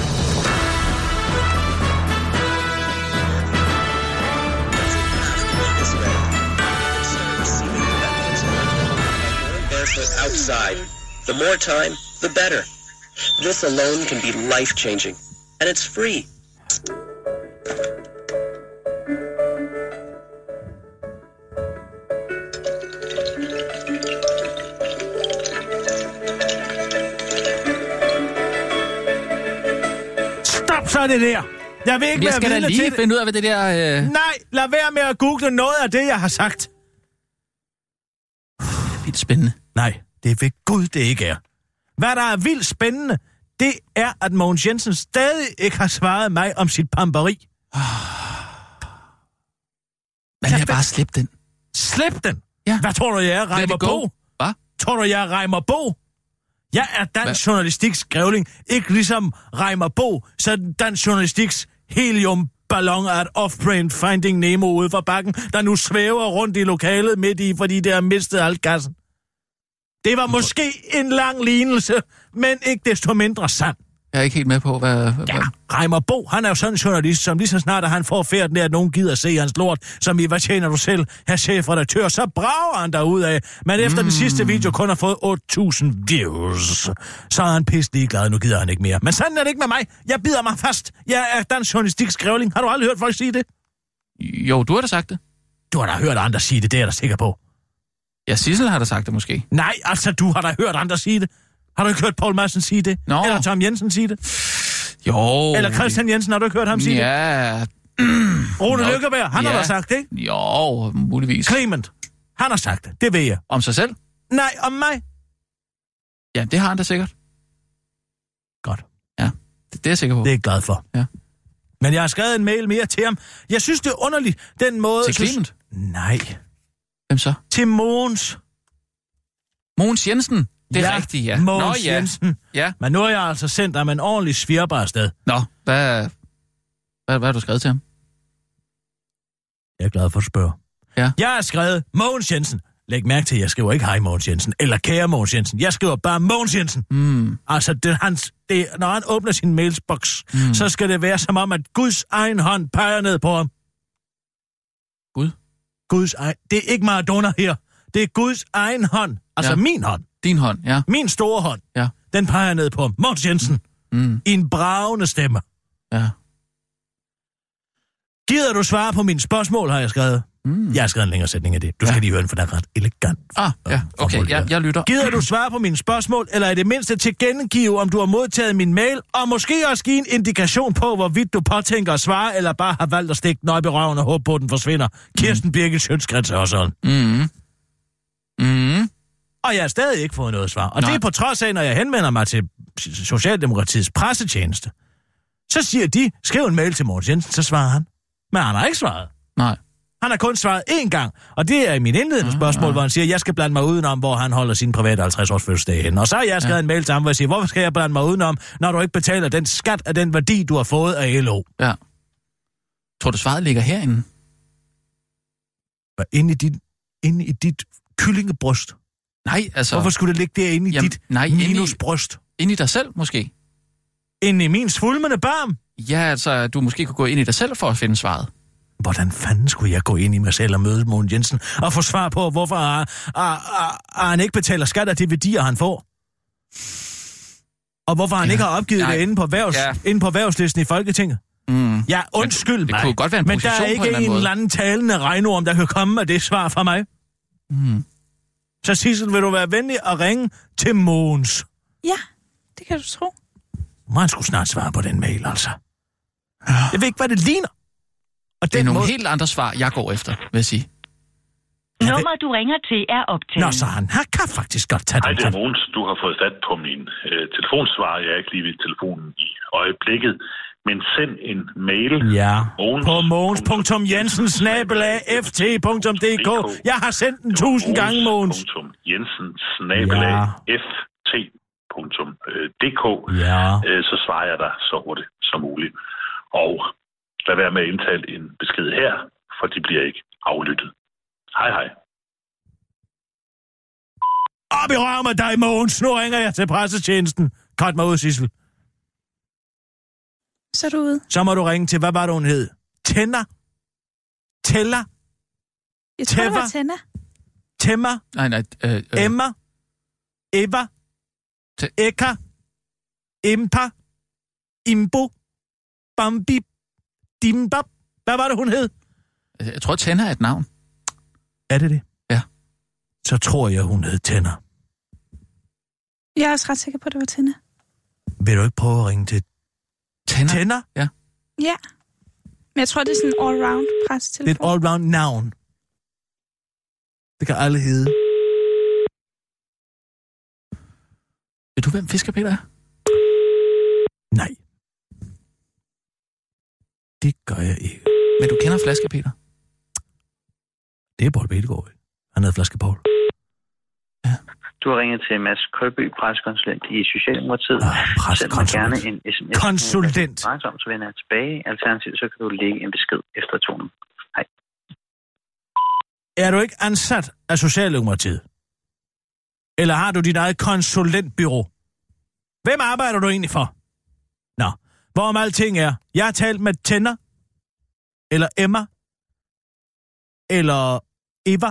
Outside. The more time, the better. This alone can be life-changing, and it's free. Så er det der. Jeg vil ikke jeg skal da lige finde ud af, hvad det der... Nej, lad være med at google noget af det, jeg har sagt. vildt spændende. Nej, det er ved Gud, det ikke er. Hvad der er vildt spændende, det er, at Mogens Jensen stadig ikke har svaret mig om sit pamperi. Men jeg bare slippe den. Slip den? Ja. Hvad tror du, jeg er, Reimer Bo? Hvad? Tror du, jeg er Reimer Bo? Jeg er dansk journalistiks grævling. Ikke ligesom Reimer Bo, så dansk journalistiks heliumballon af et off-brand Finding Nemo ude fra bakken, der nu svæver rundt i lokalet midt i, fordi det har mistet alt gassen. Det var måske en lang lignelse, men ikke desto mindre sand. Jeg er ikke helt med på, hvad... Ja, Reimer Bo, han er jo sådan en journalist, som lige så snart, at han får færden af, at nogen gider se hans lort, som i, hvad tjener du selv, her chefredaktør, så brager han derudad. Men efter den sidste video kun har fået 8.000 views, så er han pisse ligeglad, nu gider han ikke mere. Men sådan er det ikke med mig. Jeg bider mig fast. Jeg er dansk journalistisk skrævling. Har du aldrig hørt folk sige det? Jo, du har da sagt det. Du har da hørt andre sige det, det er jeg da sikker på. Ja, Sissel har da sagt det måske. Nej, altså, du har da hørt andre sige det. Har du ikke hørt Poul Madsen sige det? Nå. Eller Tom Jensen sige det? Jo. Eller Christian Jensen, har du ikke hørt ham sige det? Ja. Rune Lykkeberg, han har da sagt det, ikke? Jo, muligvis. Clement, han har sagt det, det ved jeg. Om sig selv? Nej, om mig. Ja, det har han da sikkert. Godt. Ja, det er jeg sikker på. Det er jeg glad for. Ja. Men jeg har skrevet en mail mere til ham. Jeg synes, det er underligt, den måde... Til Clement? Nej. Hvem så? Til Mogens. Mogens Jensen? Det er ja, rigtigt, ja. Mogens Jensen. Ja. Men nu har jeg altså sendt ham en ordentlig svirbar sted. Nå, hvad har du skrevet til ham? Jeg er glad for at spørge. Ja. Jeg har skrevet Mogens Jensen. Læg mærke til, at jeg skriver ikke hej Mogens Jensen, eller kære Mogens Jensen. Jeg skriver bare Mogens Jensen. Altså, når han åbner sin mailsbox, så skal det være som om, at Guds egen hånd peger ned på ham. Gud? Guds egen... Det er ikke Maradona her. Det er Guds egen hånd. Altså min hånd. Din hånd, ja. Min store hånd. Ja. Den peger ned på ham. Mogens Jensen. I en bragende stemme. Ja. Gider du svare på mine spørgsmål, har jeg skrevet. Jeg har skrevet en længere sætning af det. Du skal lige høre den, for der er ret elegant. Ja, okay, jeg lytter. Gider du svare på mine spørgsmål, eller er det mindste til gengive, om du har modtaget min mail, og måske også give en indikation på, hvorvidt du påtænker at svare, eller bare har valgt at stikke den op i røven og håbe på, at den forsvinder. Kirsten Birgit Sjøtskrets Hørsholm. Og jeg har stadig ikke fået noget svar. Og det er på trods af, når jeg henvender mig til Socialdemokratiets pressetjeneste. Så siger de, skriv en mail til Mogens Jensen, så svarer han. Men han har ikke svaret. Nej. Han har kun svaret én gang, og det er i min indledende spørgsmål, hvor han siger, jeg skal blande mig udenom, hvor han holder sin private 50-års fødselsdag hen. Og så har jeg skrevet en mail til ham, hvor jeg siger, hvorfor skal jeg blande mig udenom, når du ikke betaler den skat af den værdi, du har fået af LO? Ja. Tror du, svaret ligger herinde? Inde i dit kyllingebryst? Nej, altså... Hvorfor skulle det ligge derinde i dit minusbryst? Inde i dig selv, måske? Inde i min svulmende barm? Ja, altså, du måske kunne gå ind i dig selv for at finde svaret. Hvordan fanden skulle jeg gå ind i mig selv og møde Mogens Jensen og få svar på, hvorfor han ikke betaler skat af de værdier, han får? Og hvorfor han ikke har opgivet det inde på erhvervslisten i Folketinget? Ja, undskyld mig, det kunne godt være en men der er ikke en eller anden talende regnorm, der kan komme med det svar fra mig. Så Sissel, vil du være venlig at ringe til Mogens? Ja, det kan du tro. Man skulle snart svare på den mail, altså. Jeg ved ikke, hvad det ligner. Og det er nogle helt andre svar, jeg går efter, vil jeg sige. Nummer, du ringer til, er optaget. Nå, så han kan faktisk godt tage det. Hej, det er Mogens. Du har fået fat på min telefonsvar. Jeg er ikke lige ved telefonen i øjeblikket. Men send en mail. Ja, på mogens.jensen@ft.dk. Jeg har sendt den 1000 gange, Mogens. Jensen@ft.dk. Ja. Så svarer jeg dig så hurtigt som muligt. Og lad være med at indtale en besked her, for de bliver ikke aflyttet. Hej, hej. Op i røven med dig, Mogens. Nu ringer jeg til pressetjenesten. Cut mig ud, Sissel. Så er du ude. Så må du ringe til, hvad var det, hun hed? Tæller? Jeg tror, det var Tænder. Temmer? Nej. Emma? Eva? Eka? Impa? Imbo? Bambi? Dimbab? Hvad var det, hun hed? Jeg tror, Tænder er et navn. Er det det? Ja. Så tror jeg, hun hed Tænder. Jeg er også ret sikker på, at det var Tænder. Vil du ikke prøve at ringe til Tænder? Ja. Ja. Men jeg tror, det er sådan en all-round pressetelefon. Det er et all-round navn. Det kan alle hedde. hvem Fiskepeter er? Nej. Det gør jeg ikke. Men du kender Flaskepeter? Det er Poul Petergaard. Han hedder Flaskepoul. Ja. Du har ringet til Mads Køjby, pressekonsulent i Socialdemokratiet. Send mig gerne en sms. Konsulent. Så vender jeg tilbage. Alternativt så kan du lægge en besked efter tonen. Hej. Er du ikke ansat af Socialdemokratiet? Eller har du dit eget konsulentbyrå? Hvem arbejder du egentlig for? Nå, hvorom alting er. Jeg har talt med Tænder. Eller Emma. Eller Eva.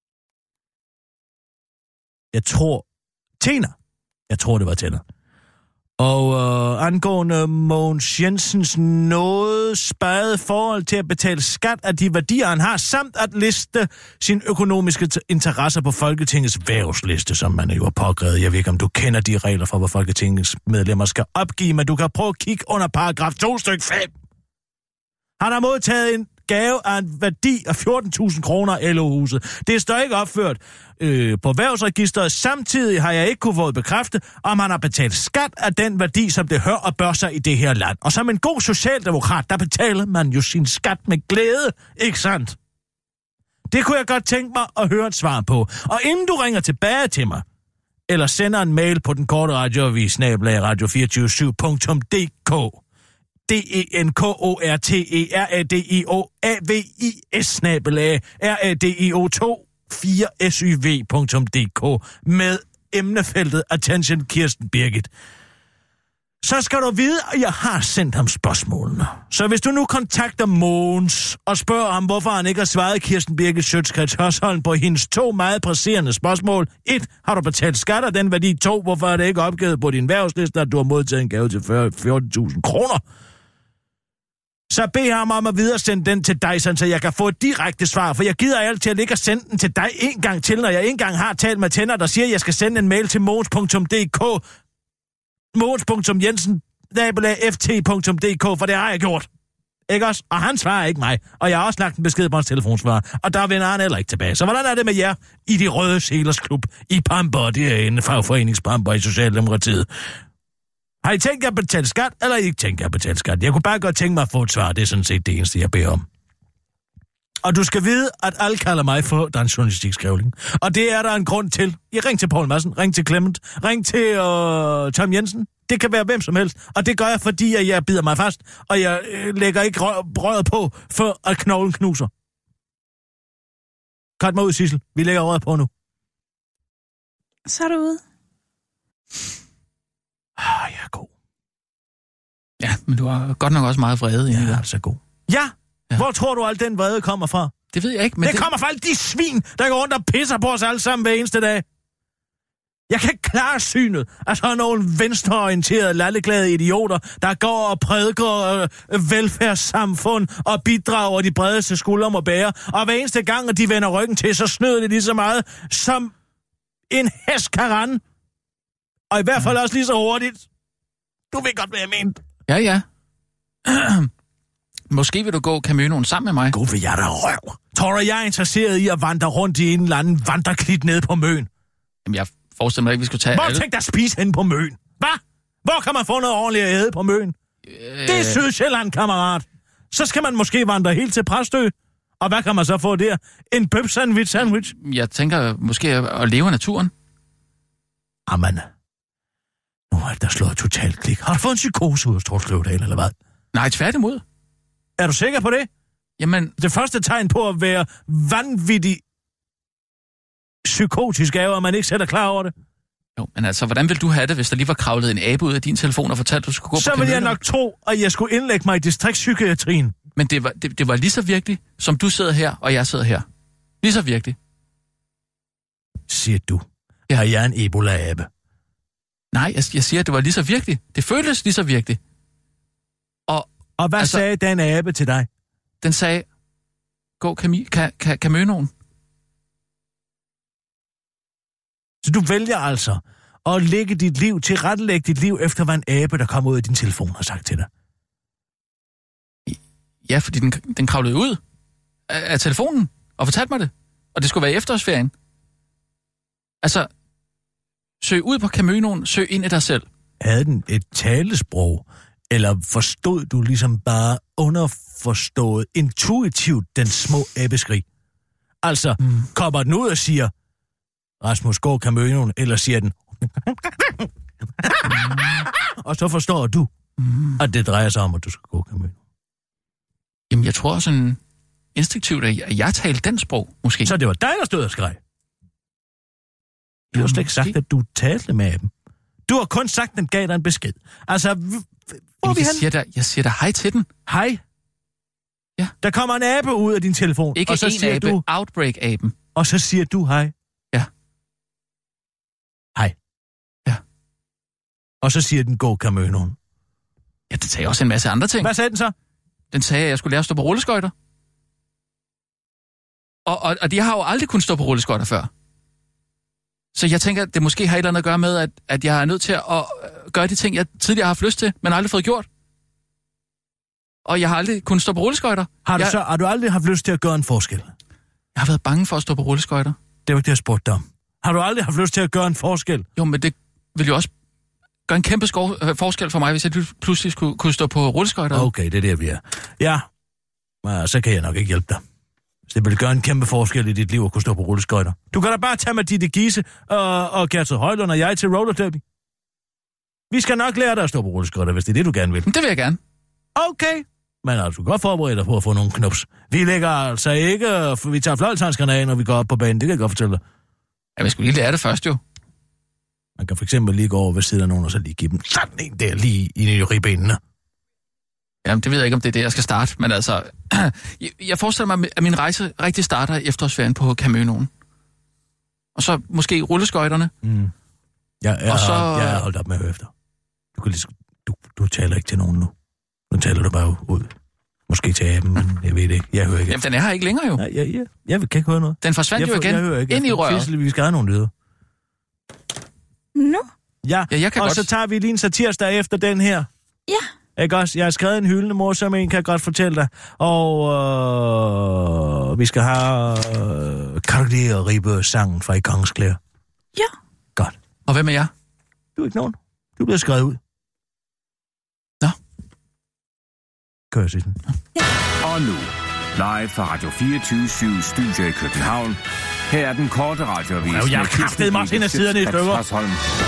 Jeg tror... Tænder. Jeg tror, det var Tænder. Og angående Mogens Jensens noget spade forhold til at betale skat af de værdier, han har, samt at liste sine økonomiske interesser på Folketingets vævsliste, som man jo har pågrevet. Jeg ved ikke, om du kender de regler for, hvad Folketingets medlemmer skal opgive, men du kan prøve at kigge under paragraf 2 stykke 5. Han har modtaget en gave af en værdi af 14.000 kroner af LO-huset. Det står ikke opført på vævsregisteret. Samtidig har jeg ikke kunne få bekræfte, om han har betalt skat af den værdi, som det hører og bør sig i det her land. Og som en god socialdemokrat, der betaler man jo sin skat med glæde, ikke sandt? Det kunne jeg godt tænke mig at høre et svar på. Og inden du ringer tilbage til mig, eller sender en mail på den korte radioavis, radio247.dk, DENKORTERADIOAVIS RADIO24syv.dk med emnefeltet Attention Kirsten Birgit. Så skal du vide, at jeg har sendt ham spørgsmålene. Så hvis du nu kontakter Mogens og spørger ham, hvorfor han ikke har svaret Kirsten Birgit Sjøtskrets Hørsholm på hendes 2 meget presserende spørgsmål. 1. Har du betalt skat af den værdi? 2. Hvorfor er det ikke opgivet på din værvsliste, at du har modtaget en gave til 14.000 kroner? Så bed ham om at videresende den til dig, så jeg kan få et direkte svar, for jeg gider altid at ligge og sende den til dig en gang til, når jeg en gang har talt med Tænder, der siger, at jeg skal sende en mail til mogens.dk, mogens.jensen@ft.dk, for det har jeg gjort. Ikke også? Og han svarer ikke mig, og jeg har også lagt en besked på hans telefonsvarer, og der vender han heller ikke tilbage. Så hvordan er det med jer i de røde sælers klub i Pamper, det er en fagforeningspamper i Socialdemokratiet? Har I tænkt jer at betale skat, eller har I ikke tænkt jer at betale skat? Jeg kunne bare godt tænke mig at få et svar. Det er sådan set det eneste, jeg beder om. Og du skal vide, at alle kalder mig for dansk journalistikskrævling. Og det er der en grund til. I ring til Poul Madsen, ring til Clement, ring til Tom Jensen. Det kan være hvem som helst. Og det gør jeg, fordi jeg bider mig fast, og jeg lægger ikke røret på, for at knoglen knuser. Cut mig ud, Sissel. Vi lægger røret på nu. Så er du ude. Jeg er god. Ja, men du har godt nok også meget vrede. Ja, jeg er så god. Ja! Hvor tror du, al den vrede kommer fra? Det ved jeg ikke, men det kommer fra alle de svin, der går rundt og pisser på os alle sammen hver eneste dag. Jeg kan ikke klare synet af sådan nogle venstreorienterede, lalleglade idioter, der går og prædiker velfærdssamfund og bidrager de bredeste skuldre må bære. Og hver eneste gang, at de vender ryggen til, så snyder det lige så meget som en hest kan rende. Og i hvert fald også lige så hurtigt. Du ved godt, hvad jeg mener. Ja. Måske vil du gå Caminoen sammen med mig. Gud, vil jeg da røv. Tror du, jeg er interesseret i at vandre rundt i en eller anden vandreklit nede på Møn? Jamen, jeg forestiller mig ikke, vi skulle tage alle. Hvor tænk dig at spise hen på Møn? Hvad? Hvor kan man få noget ordentligt at æde på Møn? Det er Sydsjælland, kammerat. Så skal man måske vandre helt til Præstø. Og hvad kan man så få der? En bøf-sandwich? Jeg tænker måske at leve af naturen. Amen. Nu er der slået totalt klik. Har du fået en psykose ud af Storsløvdal, eller hvad? Nej, tværtimod. Er du sikker på det? Jamen... Det første tegn på at være vanvittig psykotisk er, at man ikke selv er klar over det. Jo, men altså, hvordan vil du have det, hvis der lige var kravlet en abe ud af din telefon og fortalte, at du skulle gå på Så vil jeg nok tro, at jeg skulle indlægge mig i distriktspsykiatrien. Men det var lige så virkelig, som du sidder her, og jeg sidder her. Lige så virkelig. Siger du. Har jeg en Ebola-abe? Nej, jeg siger, at det var lige så virkelig. Det føltes lige så virkelig. Og hvad sagde den abe til dig? Den sagde, gå Caminoen. Så du vælger altså at lægge dit liv, tilrettelægge dit liv efter, hvad en abe, der kommer ud af din telefon, har sagt til dig? Ja, fordi den kravlede ud af telefonen og fortalte mig det. Og det skulle være i efterårsferien. Altså, Søg ud på Camønoen, søg ind i dig selv. Havde den et talesprog, eller forstod du ligesom bare underforstået, intuitivt den små æbeskrig? Altså, kommer den ud og siger, Rasmus, gå Camønoen, eller siger den, og så forstår du, at det drejer sig om, at du skal gå Camønoen. Jamen, jeg tror sådan instinktivt, at jeg talte den sprog, måske. Så det var dig, der stod og skreg? Du har slet ikke sagt, at du talte med dem. Du har kun sagt, at den gav dig en besked. Altså, jeg siger dig hej til den. Hej? Ja. Der kommer en abe ud af din telefon. Ikke og så en siger abe, du, Outbreak-aben. Og så siger du hej. Ja. Hej. Ja. Og så siger den, gå Camønoen. Ja, det sagde også en masse andre ting. Hvad sagde den så? Den sagde, at jeg skulle lære at stå på rulleskøjter. Og de har jo aldrig kunnet stå på rulleskøjter før. Så jeg tænker, at det måske har et eller andet at gøre med, at jeg er nødt til at gøre de ting, jeg tidligere har haft lyst til, men aldrig fået gjort. Og jeg har aldrig kunnet stå på rulleskøjter. Har du aldrig haft lyst til at gøre en forskel? Jeg har været bange for at stå på rulleskøjter. Det var ikke det, jeg spurgte dig om. Har du aldrig haft lyst til at gøre en forskel? Jo, men det vil jo også gøre en kæmpe forskel for mig, hvis jeg pludselig kunne stå på rulleskøjter. Okay, det er det, vi er. Ja, så kan jeg nok ikke hjælpe dig. Så det vil gøre en kæmpe forskel i dit liv at kunne stå på rulleskøjter. Du kan da bare tage med Ditte Giese og Gertrud Højlund og jeg til roller derby. Vi skal nok lære dig at stå på rulleskøjter, hvis det er det, du gerne vil. Det vil jeg gerne. Okay. Men altså, du kan godt forberede dig på at få nogle knups. Vi lægger altså ikke, for vi tager fløjlshandskerne af, når vi går op på banen. Det kan jeg godt fortælle dig. Ja, vi skulle lige lære det først, jo. Man kan for eksempel lige gå over ved siden af nogen, og så lige give dem sådan en der lige i ribbenene. Jamen, det ved jeg ikke, om det er det, jeg skal starte, men altså... jeg forestiller mig, at min rejse rigtig starter i efterårsferien på Camønoen. Og så måske rulleskøjterne. Jeg er holdt op med at høre efter. Du taler ikke til nogen nu. Nu taler du bare ud. Måske til aben, men jeg ved det ikke. Jeg hører ikke. Jamen, den er her ikke længere jo. Jeg kan ikke høre noget. Den forsvandt jo igen. Jeg hører ikke. Ind i røret. Vi skal have nogle lyder. Nu? Ja, jeg kan og godt. så tager vi lige en satirsdag efter den her. Ja. Ikke også? Jeg har skrevet en hyldende morsom en, kan jeg godt fortælle dig. Og vi skal have Cardi og Ribe sangen fra I Kongens Klæder. Ja. Godt. Og hvem er jeg? Du er ikke nogen. Du bliver skrevet ud. Nå. Kan jeg sige den? Ja. Og nu, live fra Radio 24/7 Studio i København. Her er den korte radioavis. Jeg har kraftet mig ind af siderne i stykker.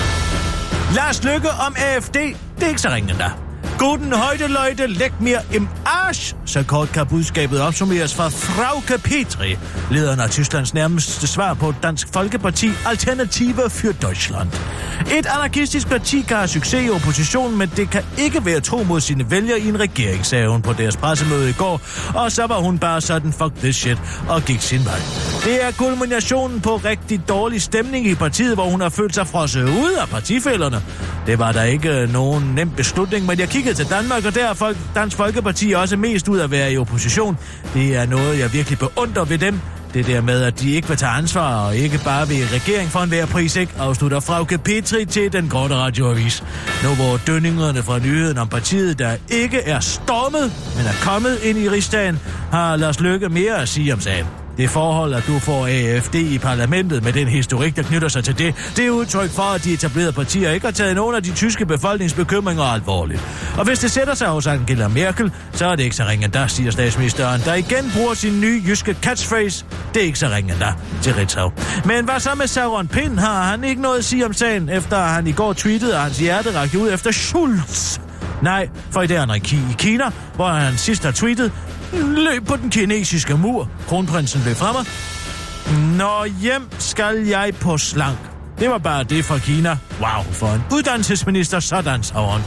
Lars Løkke om AFD. Det er ikke så ringende der. Guten heute, Leute, læg mir im Arsch. Så kort kan budskabet opsummeres fra Frauke Petri, lederen af Tysklands nærmeste svar på Dansk Folkeparti, Alternative für Deutschland. Et anarkistisk parti kan have succes i oppositionen, men det kan ikke være tro mod sine vælgere i en regering, sagde hun på deres pressemøde i går. Og så var hun bare sådan, fuck this shit, og gik sin vej. Det er kulminationen på rigtig dårlig stemning i partiet, hvor hun har følt sig frosset ud af partifællerne. Det var der ikke nogen nem beslutning, men jeg kiggede til Danmark, og der er Dansk Folkeparti også mest ud at være i opposition. Det er noget, jeg virkelig beundrer ved dem. Det der med, at de ikke vil tage ansvar og ikke bare vil regering for enhver pris, ikke? Afslutter Frauke Petri til den korte radioavis. Nu hvor dønningerne fra nyheden om partiet, der ikke er stormet, men er kommet ind i rigsdagen, har Lars Løkke mere at sige om sagen. Det forhold, at du får AFD i parlamentet med den historik, der knytter sig til det, det er udtryk for, at de etablerede partier ikke har taget nogen af de tyske befolkningsbekymringer alvorligt. Og hvis det sætter sig hos Angela Merkel, så er det ikke så ringende, der siger statsministeren, der igen bruger sin nye jyske catchphrase. Det er ikke så ringende, der til Ritzau. Men hvad så med Søren Pind? Har han ikke noget at sige om sagen, efter han i går tweetede, at hans hjerte rakte ud efter Schulz? Nej, for i det er han i Kina, hvor han sidst har tweetet, løb på den kinesiske mur. Kronprinsen blev fremme. Når hjem skal jeg på slank. Det var bare det fra Kina. Wow, for en uddannelsesminister, sådan savren.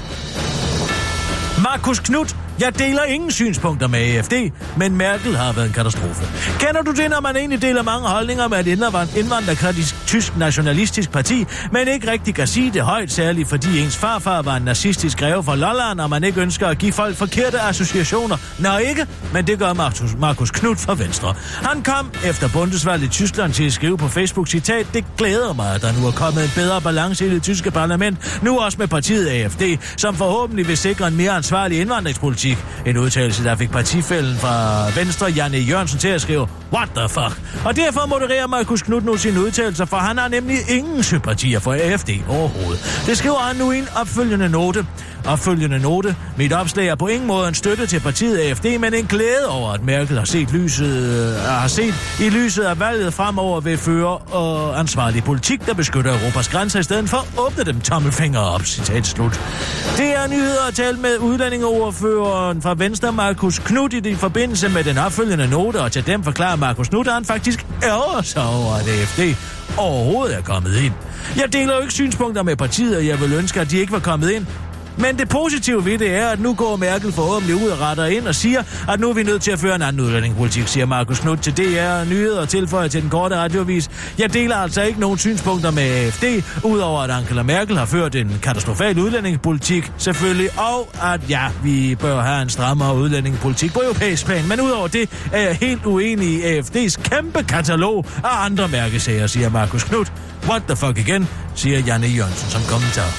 Markus Knudt. Jeg deler ingen synspunkter med AFD, men Merkel har været en katastrofe. Kender du det, når man egentlig deler mange holdninger med et indvandrerkritisk tysk nationalistisk parti, men ikke rigtig kan sige det højt, særligt fordi ens farfar var en nazistisk greve for Lolland, og man ikke ønsker at give folk forkerte associationer? Nå ikke, men det gør Markus Knudt fra Venstre. Han kom efter Bundesvalget i Tyskland til at skrive på Facebook, citat, det glæder mig, at der nu er kommet en bedre balance i det tyske parlament, nu også med partiet AFD, som forhåbentlig vil sikre en mere ansvarlig indvandringspolitik politik. En udtalelse, der fik partifælden fra Venstre, Janne Jørgensen, til at skrive, what the fuck? Og derfor modererer Marcus Knudt nu sine udtalelser, for han har nemlig ingen sympatier for AFD overhovedet. Det skriver han nu i en opfølgende note. Mit opslag er på ingen måde en støtte til partiet AFD, men en glæde over, at Merkel har set i lyset af valget fremover vil føre ansvarlig politik, der beskytter Europas grænser, i stedet for at åbne dem tommelfinger op, citat slut. Det er nyheder at tale med udlændingeordføreren fra Venstre, Marcus Knudt, i forbindelse med den opfølgende note, og til dem forklarer Marcus Knudt, at han faktisk ærger sig over, at AFD overhovedet er kommet ind. Jeg deler jo ikke synspunkter med partiet, og jeg vil ønske, at de ikke var kommet ind. Men det positive ved det er, at nu går Merkel forhåbentlig ud og retter ind og siger, at nu er vi nødt til at føre en anden udlændingepolitik, siger Marcus Knudt til DR Nyheder og tilføjer til den korte radioavis. Jeg deler altså ikke nogen synspunkter med AFD, udover at Angela Merkel har ført en katastrofal udlændingepolitik, selvfølgelig, og at vi bør have en strammere udlændingepolitik på europæisk plan. Men udover det er jeg helt uenig i AFD's kæmpe katalog af andre mærkesager, siger Marcus Knudt. What the fuck igen, siger Janne Jørgensen som kommentar.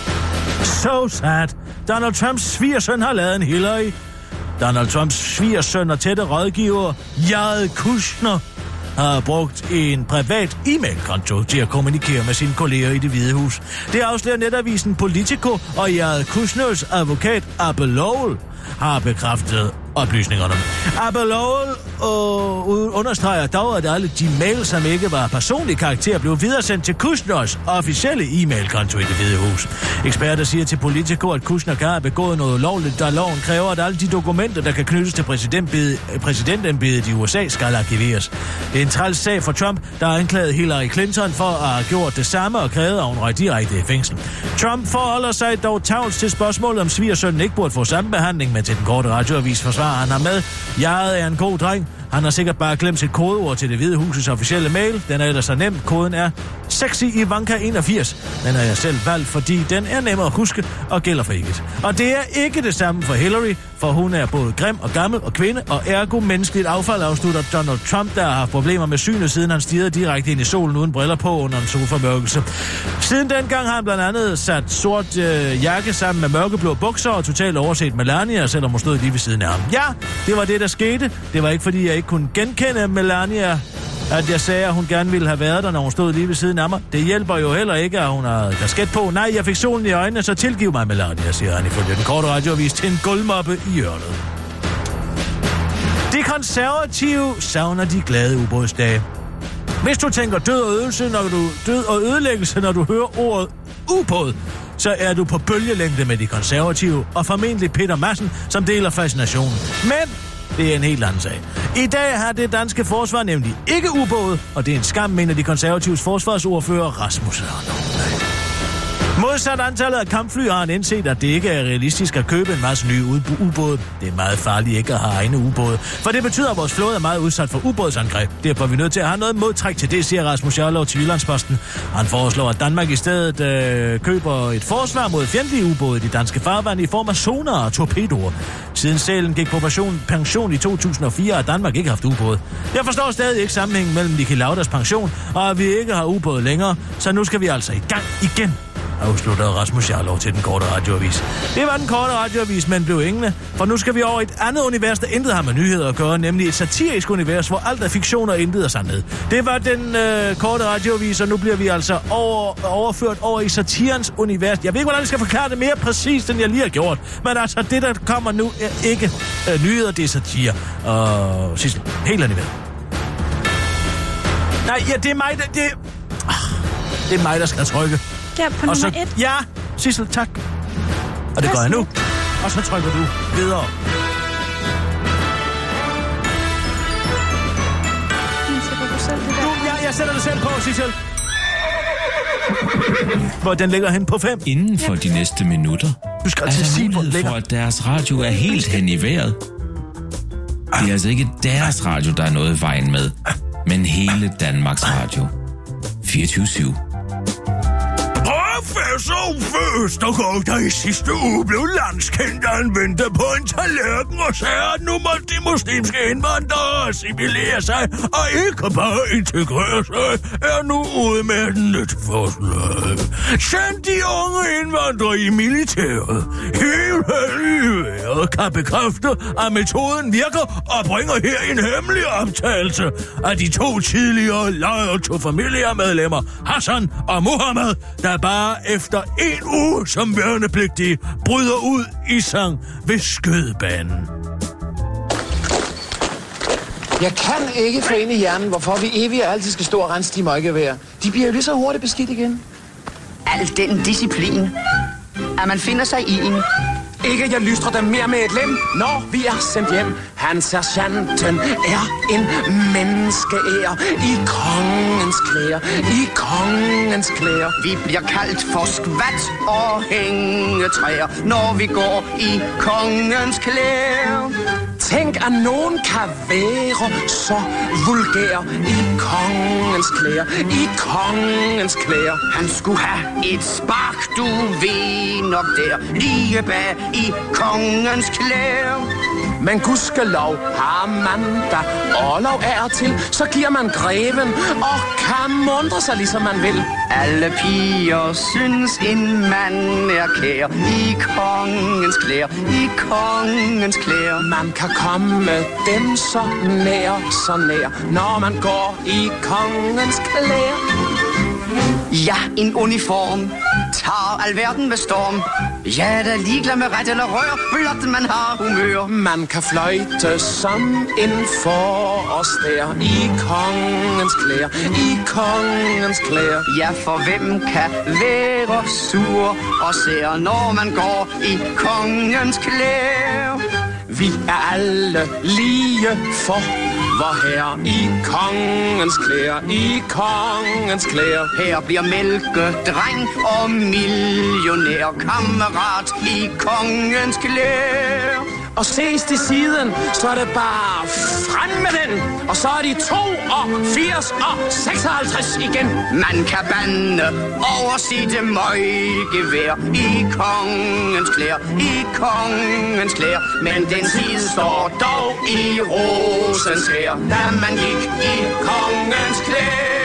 So sad. Donald Trumps svigersøn har lavet en Hillary. Donald Trumps svigersøn og tætte rådgiver, Jared Kushner, har brugt en privat e-mailkonto til at kommunikere med sine kolleger i Det Hvide Hus. Det afslører netavisen Politico, og Jared Kushners advokat Abbe Lowell har bekræftet oplysningerne. Abbe Lowell understreger dog, at alle de mails, som ikke var personlig karakter, blev videresendt til Kushners officielle e-mailkonto i Det Hvide Hus. Eksperter siger til Politico, at Kushner kan have begået noget lovligt, da loven kræver, at alle de dokumenter, der kan knyttes til præsidentembedet i USA, skal arkiveres. Det er en træls sag for Trump, der har anklaget Hillary Clinton for at have gjort det samme og krævet, at hun røg direkte i fængsel. Trump forholder sig dog tavls til spørgsmålet, om svigersønnen ikke burde få samme behandling, men til den korte radioavis forsvarer han har med. Jared er en god dreng. Han har sikkert bare glemt sit kodeord til Det Hvide Husets officielle mail. Den er ellers så nem. Koden er Sexy Ivanka 81. Den har jeg selv valgt, fordi den er nem at huske og gælder for evigt. Og det er ikke det samme for Hillary, for hun er både grim og gammel og kvinde, og ergo menneskeligt affald, afslutter Donald Trump, der har haft problemer med synet, siden han stirrede direkte ind i solen uden briller på under en solformørkelse. Siden dengang har han blandt andet sat sort jakke sammen med mørkeblå bukser og totalt overset Melania, selvom hun stod lige ved siden af ham. Ja, det var det, der skete. Det var ikke, fordi jeg ikke kunne genkende Melania, at jeg sagde, at hun gerne ville have været der, når hun stod lige ved siden af mig. Det hjælper jo heller ikke, at hun har kasket på. Nej, jeg fik solen i øjnene, så tilgiv mig, Melania, siger han ifølge den korte radioavis til en gulvmoppe i hjørnet. De konservative savner de glade ubådsdage. Hvis du tænker død og ødelæggelse, når du hører ordet ubåd, så er du på bølgelængde med de konservative, og formentlig Peter Madsen, som deler fascinationen. Men det er en helt anden sag. I dag har det danske forsvar nemlig ikke ubåde, og det er en skam, mener de konservatives forsvarsordfører Rasmus Jarlov. Modsat antallet af kampfly har han indset, at det ikke er realistisk at købe en masse nye ubåde. Det er meget farligt ikke at have egne ubåde, for det betyder, at vores flåde er meget udsat for ubådsangreb. Derfor er vi nødt til at have noget modtræk til det, siger Rasmus Jarlov til Jyllandsposten. Han foreslår, at Danmark i stedet køber et forsvar mod fjendtlige ubåde i de danske farvande i form af sonar og torpedoer. Siden Sælen gik på pension i 2004, har Danmark ikke haft ubåde. Jeg forstår stadig ikke sammenhængen mellem Niki Lauders pension og at vi ikke har ubåde længere, så nu skal vi altså i gang igen, afsluttede Rasmus Jarlov til den korte radioavis. Det var den korte radioavis, men blev ingen, for nu skal vi over et andet univers, der intet har med nyheder at gøre, nemlig et satirisk univers, hvor alt er fiktion og intet er sandhed. Det var den korte radioavis, og nu bliver vi altså overført over i satirens univers. Jeg ved ikke, hvordan jeg skal forklare det mere præcist, end jeg lige har gjort, men altså, det der kommer nu er ikke nyheder, det er satire. Og Sissel, helt andet. Nej, ja, det er mig, det er mig, der skal trykke. Ja, på nummer 1. Ja, Sissel, tak. Og det gør jeg nu. Og så trykker du videre. Jeg sætter det selv på, Sissel. Hvor den ligger hen på 5. Inden for de næste minutter du skal altså sige, hvor den ligger. For at deres radio er helt hen i vejret. Det er altså ikke deres radio, der er noget i vejen med, men hele Danmarks Radio. 24/7. så først og godt, der i sidste uge blev landskendt, at han ventede på en tallerken og sagde, at nu måtte de muslimske indvandrere assimilere sig og ikke bare integrere sig, er nu ude med et nyt forslag. Send de unge indvandrere i militæret. Hele kan bekræfte, at metoden virker og bringer her en hemmelig optagelse af de 2 tidligere Loyal to Familia-medlemmer, Hassan og Mohammed, der bare efter 1 uge som værnepligtige bryder ud i sang ved skydebanen. Jeg kan ikke få ind i hjernen, hvorfor vi evigt altid skal stå og rense de møgevær. De bliver jo lige så hurtigt beskidt igen. Al den disciplin, at man finder sig i en. Ikke jeg lystrer dem mere med et lem, når vi er sendt hjem. Han sergeanten er en menneskeær i kongens klæder, i kongens klæder. Vi bliver kaldt for skvat og hængetræer, når vi går i kongens klæder. Tænk, at nogen kan være så vulgær i kongens klæder, i kongens klæder. Han skulle have et spark, du ved nok der, lige bag i kongens klæder. Men gudskelov har man da orlov er til, så giver man greven og kan mundre sig ligesom man vil. Alle piger synes en mand er kær i kongens klæder, i kongens klæder. Man kan komme dem så nær, når man går i kongens klæder. Ja, en uniform tager alverden med storm. Ja, der er ligeglad med ret eller rør, blot man har humør. Man kan fløjte som en forstær i kongens klæder, i kongens klæder. Ja, for hvem kan være sur og sær, når man går i kongens klæder? Vi er alle lige for vor her i kongens klæder, i kongens klæder. Her bliver mælkedreng og millionær kammerat i kongens klæder. Og ses til siden, så er det bare frem med den. Og så er de 82 og 56 igen. Man kan bande over sit møggevær i kongens klæder, i kongens klæder. Men den side står dog i rosens hær, da man gik i kongens klæder.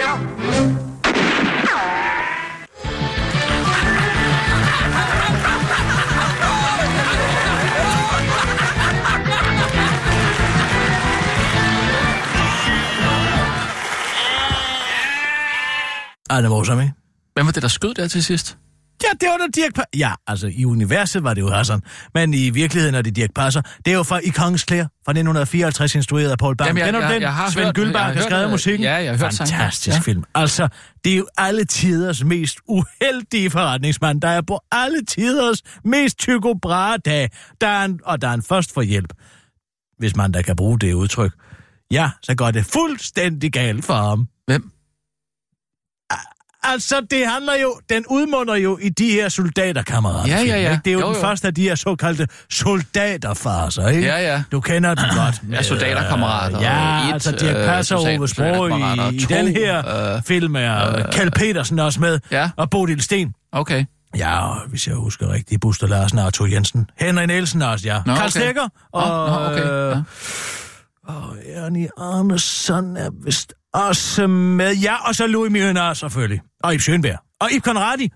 Det var også med. Hvem var det, der skød der til sidst? Ja, det var da Dirch Passer. Ja, altså i universet var det jo Hassan, men i virkeligheden er det Dirch Passer. Det er jo fra I Kongens Klæder fra 1954, instrueret af Paul Bang. Jamen, jeg har Svend Gyldbach har skrevet musikken. Ja, jeg har hørt fantastisk film. Altså, det er jo alle tiders mest uheldige forretningsmand. Der er på alle tiders mest Tycho Brahe-dag. Der er en først for hjælp, hvis man da kan bruge det udtryk. Ja, så går det fuldstændig galt for ham. Hvem? Altså, det handler jo, den udmunder jo i de her soldaterkammerater. Ja. Det er jo den første af de her såkaldte soldaterfarser, ikke? Ja. Du kender den godt. Ja, soldaterkammerater. Ja, altså Dirch Passer og Ove Sprogøe i den her film er Kjeld Petersen også med, og Bodil Sten. Okay. Ja, og hvis jeg husker rigtigt, Buster Larsen, Arthur Jensen, Henrik Nielsen også, ja. Karl Stegger og Ernie Arneson er vist også med. Ja, og så Louis Mjønaar selvfølgelig. Og Ib Schønberg. Og Ib Conradi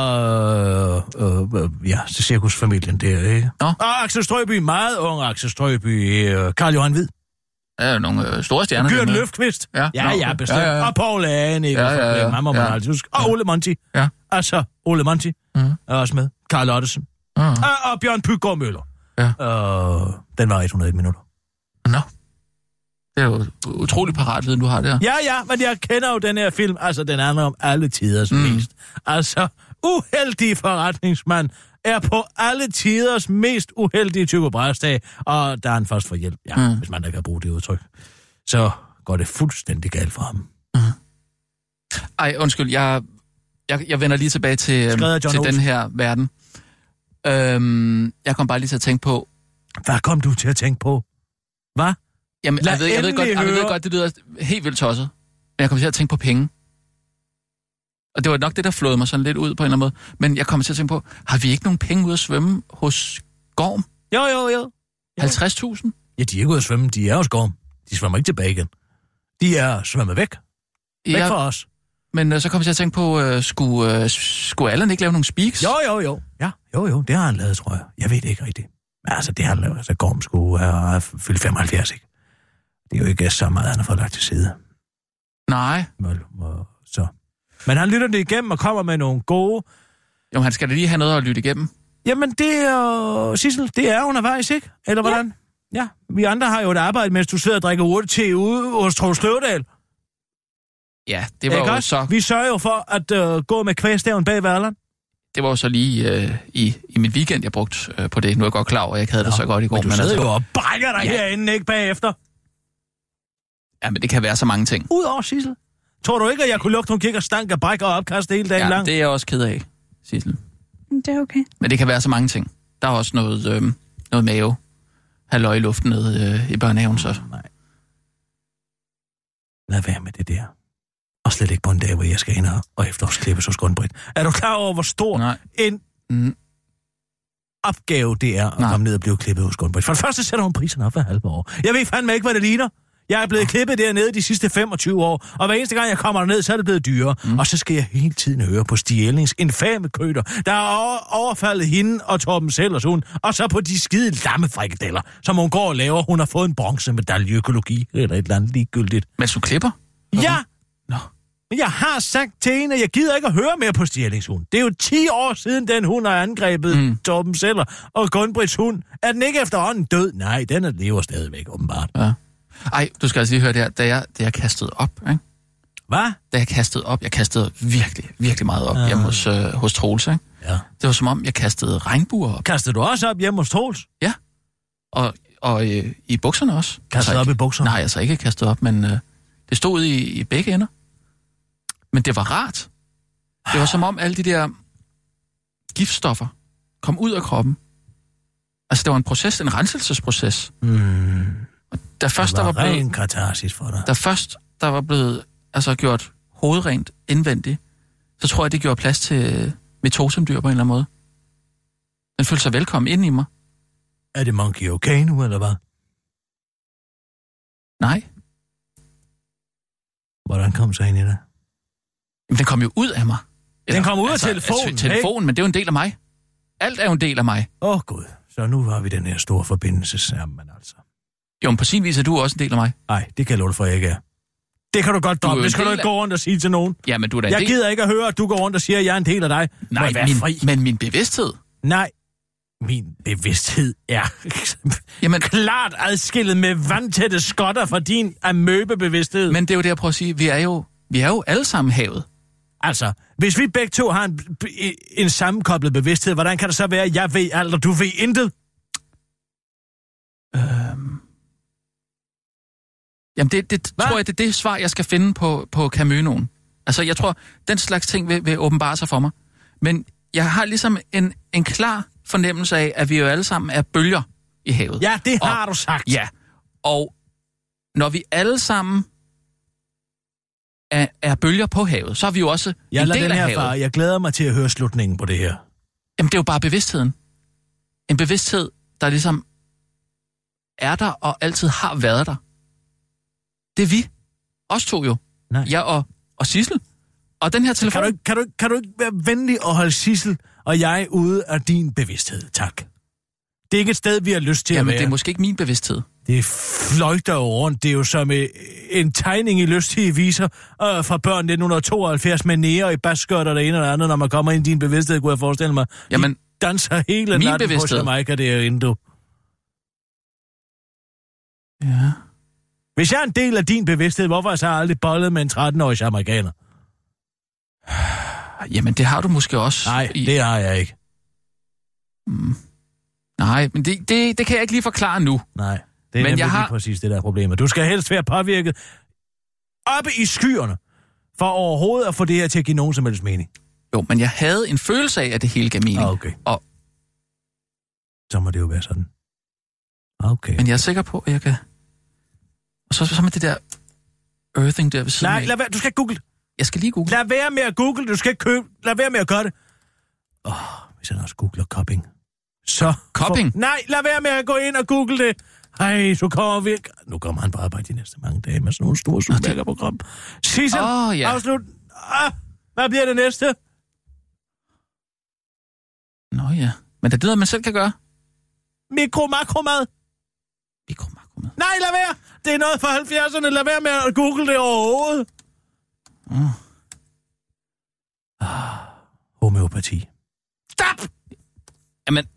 fra cirkusfamilien der, ikke? Og Axel Strøby, meget ung Axel Strøby. Karl Johan Hvid. Ja, nogle store stjerner. Gørn Løfqvist. Ja, bestemt. Ja. Og Paul Ane, ikke? Ja. Ham må man altid huske. Og Ole Monti. Ja. Altså, Ole Monti er også med. Karl Ottesen. Og Bjørn Pyggaard Møller. Ja. Den var 101 minutter. Nå. Det er jo utrolig paratviden, du har der. Ja, men jeg kender jo den her film. Altså, den handler om alle tiders mest. Altså, uheldig forretningsmand er på alle tiders mest uheldige Tycho Brahe-dag, og der er han først for hjælp. Ja, hvis man da kan bruge det udtryk. Så går det fuldstændig galt for ham. Ej, undskyld, jeg vender lige tilbage til den her verden. Jeg kom bare lige til at tænke på... Hvad kom du til at tænke på? Hvad? Jamen, jeg ved godt, det lyder helt vildt tosset. Men jeg kom til at tænke på penge. Og det var nok det, der flåede mig sådan lidt ud på en eller anden måde. Men jeg kommer til at tænke på, har vi ikke nogen penge ud at svømme hos Gorm? Jo. 50.000? Ja, de er ikke ude at svømme. De er hos Gorm. De svømmer ikke tilbage igen. De er svømmet væk. Væk fra os. Men så kom jeg til at tænke på, skulle Allan ikke lave nogle speaks? Jo. Ja, jo. Det har han lavet, tror jeg. Jeg ved det ikke rigtigt. Men altså, det har han lavet. Altså, Gorm skulle have fyldt 75, ikke? Det er jo ikke så meget, han har fået lagt til side. Nej. Så. Men han lytter det igennem og kommer med nogle gode... Jo, han skal da lige have noget at lytte igennem. Jamen, det er... Sissel, det er undervejs, ikke? Eller hvordan? Ja. Vi andre har jo et arbejde, mens du sidder og drikker urte-te ude hos Troels Kløvedal. Ja, det var jo så... Vi sørger jo for at gå med kvægstaven bag ved Allan. Det var jo så lige i min weekend, jeg brugte på det. Nu er jeg godt klar over, at jeg ikke havde det så godt i går. Men du sidder jo og brækker dig herinde, ikke bagefter? Ja, men det kan være så mange ting. Udover Sissel. Tror du ikke, at jeg kunne lugte, hun kigger stank og brækker og opkast hele dagen lang? Ja, det er jeg også ked af, Sissel. Det er okay. Men det kan være så mange ting. Der er også noget mave. Halløj i luften nede i børnehaven, så. Nej. Lad være med det der. Og slet ikke på en dag, hvor jeg skal ind og efterårsklippes hos Grundbrit. Er du klar over, hvor stor en opgave det er at komme ned og blive klippet hos Grundbrit? For det første sætter hun priserne op hver halve år. Jeg ved fandme ikke, hvad det ligner. Jeg er blevet klippet dernede de sidste 25 år, og hver eneste gang, jeg kommer derned, så er det blevet dyrere. Og så skal jeg hele tiden høre på Stig Ellings infame køter, der har overfaldet hende og Torben Sellers hund, og så på de skide lammefrikadeller, som hun går og laver. Hun har fået en bronzemedalje i økologi, eller et eller andet ligegyldigt. Mens du klipper? Ja! Nå. Men jeg har sagt til hende, at jeg gider ikke at høre mere på Stig Ellings hund. Det er jo 10 år siden, den hund har angrebet Torben Seller og Gunbrits hund. Er den ikke efterhånden død? Nej, den lever stadigvæk, åbenbart. Ja. Ej, du skal altså lige høre det her. Da jeg kastede op, ikke? Hvad? Da jeg kastede op, jeg kastede virkelig, virkelig meget op hjemme hos Troels, ikke? Ja. Det var som om, jeg kastede regnbuer op. Kastede du også op hjemme hos Troels? Ja. Og i bukserne også. Kastede op i bukserne? Nej, altså ikke kastet op, men det stod i begge ender. Men det var rart. Det var som om alle de der giftstoffer kom ud af kroppen. Altså, det var en proces, en renselsesproces. Og da først, det var ren katarsis for dig. Da først, der var blevet gjort hovedrent indvendigt, så tror jeg, det gjorde plads til mit totemdyr på en eller anden måde. Den følte sig velkommen ind i mig. Er det Monkey okay nu, eller hvad? Nej. Hvordan kom så ind i det? Men den kom jo ud af mig. Den kom ud af telefonen, telefonen, men det er jo en del af mig. Alt er jo en del af mig. Gud. Så nu har vi den her store forbindelse sammen, altså. Jo, men på sin vis er du også en del af mig. Nej, det kan jeg love dig for, jeg ikke er. Det kan du godt droppe. Det skal du ikke gå rundt og sige til nogen. Ja, men du er da jeg gider ikke at høre, at du går rundt og siger, at jeg er en del af dig. Nej, men min bevidsthed. Nej, min bevidsthed er klart adskillet med vandtætte skotter fra din amøbebevidsthed. Men det er jo det, jeg prøver at sige. Vi er jo alle sammen havet. Altså, hvis vi begge to har en sammenkoblet bevidsthed, hvordan kan det så være, at jeg ved alt, og du ved intet? Jamen, det tror jeg, det er det svar, jeg skal finde på Caminoen. Altså, jeg tror, den slags ting vil åbenbare sig for mig. Men jeg har ligesom en klar fornemmelse af, at vi jo alle sammen er bølger i havet. Ja, det har du sagt. Ja, og når vi alle sammen er bølger på havet, så er vi jo også en del af havet. Far. Jeg glæder mig til at høre slutningen på det her. Jamen, det er jo bare bevidstheden. En bevidsthed, der ligesom er der og altid har været der. Det er vi. Os to jo. Nej. Jeg og Sissel. Og den her telefon... Kan du ikke være venlig at holde Sissel og jeg ude af din bevidsthed, tak? Det er ikke et sted, vi har lyst til at være. Jamen, det er måske ikke min bevidsthed. Det fløjter jo rundt. Det er jo som en tegning i lystige viser fra børn 1972 med nære i basskørter og det ene og det andet, når man kommer ind i din bevidsthed, kunne jeg forestille mig. Jamen, de danser hele natten på Jamaica derinde, du. Ja. Hvis jeg er en del af din bevidsthed, hvorfor har jeg så aldrig bollet med en 13-årig jamaikaner? Jamen, det har du måske også. Nej, det har jeg ikke. Nej, men det kan jeg ikke lige forklare nu. Nej, det er nemlig lige præcis det der problem. Du skal helst være påvirket oppe i skyerne, for overhovedet at få det her til at give nogen som helst mening. Jo, men jeg havde en følelse af, at det hele gav mening. Okay. Og så må det jo være sådan. Okay. Men jeg er sikker på, at jeg kan... Og så med det der earthing der ved siden af. Nej, lad være. Du skal google. Jeg skal lige google. Lad være med at google, du skal ikke købe. Lad være med at gøre det. Hvis jeg også googler cupping. Så... Cupping? Nej, lad være med at gå ind og google det. Ej, du kommer væk. Nu kommer han på arbejde de næste mange dage med sådan nogle store supermærkerprogram. Sissel, afslut. Hvad bliver det næste? Nå ja, men det er noget, man selv kan gøre. Mikro-makromad. Mikro-makromad. Nej, lad være. Det er noget fra 70'erne. Lad være med at google det overhovedet. Homøopati. Stop! Jamen,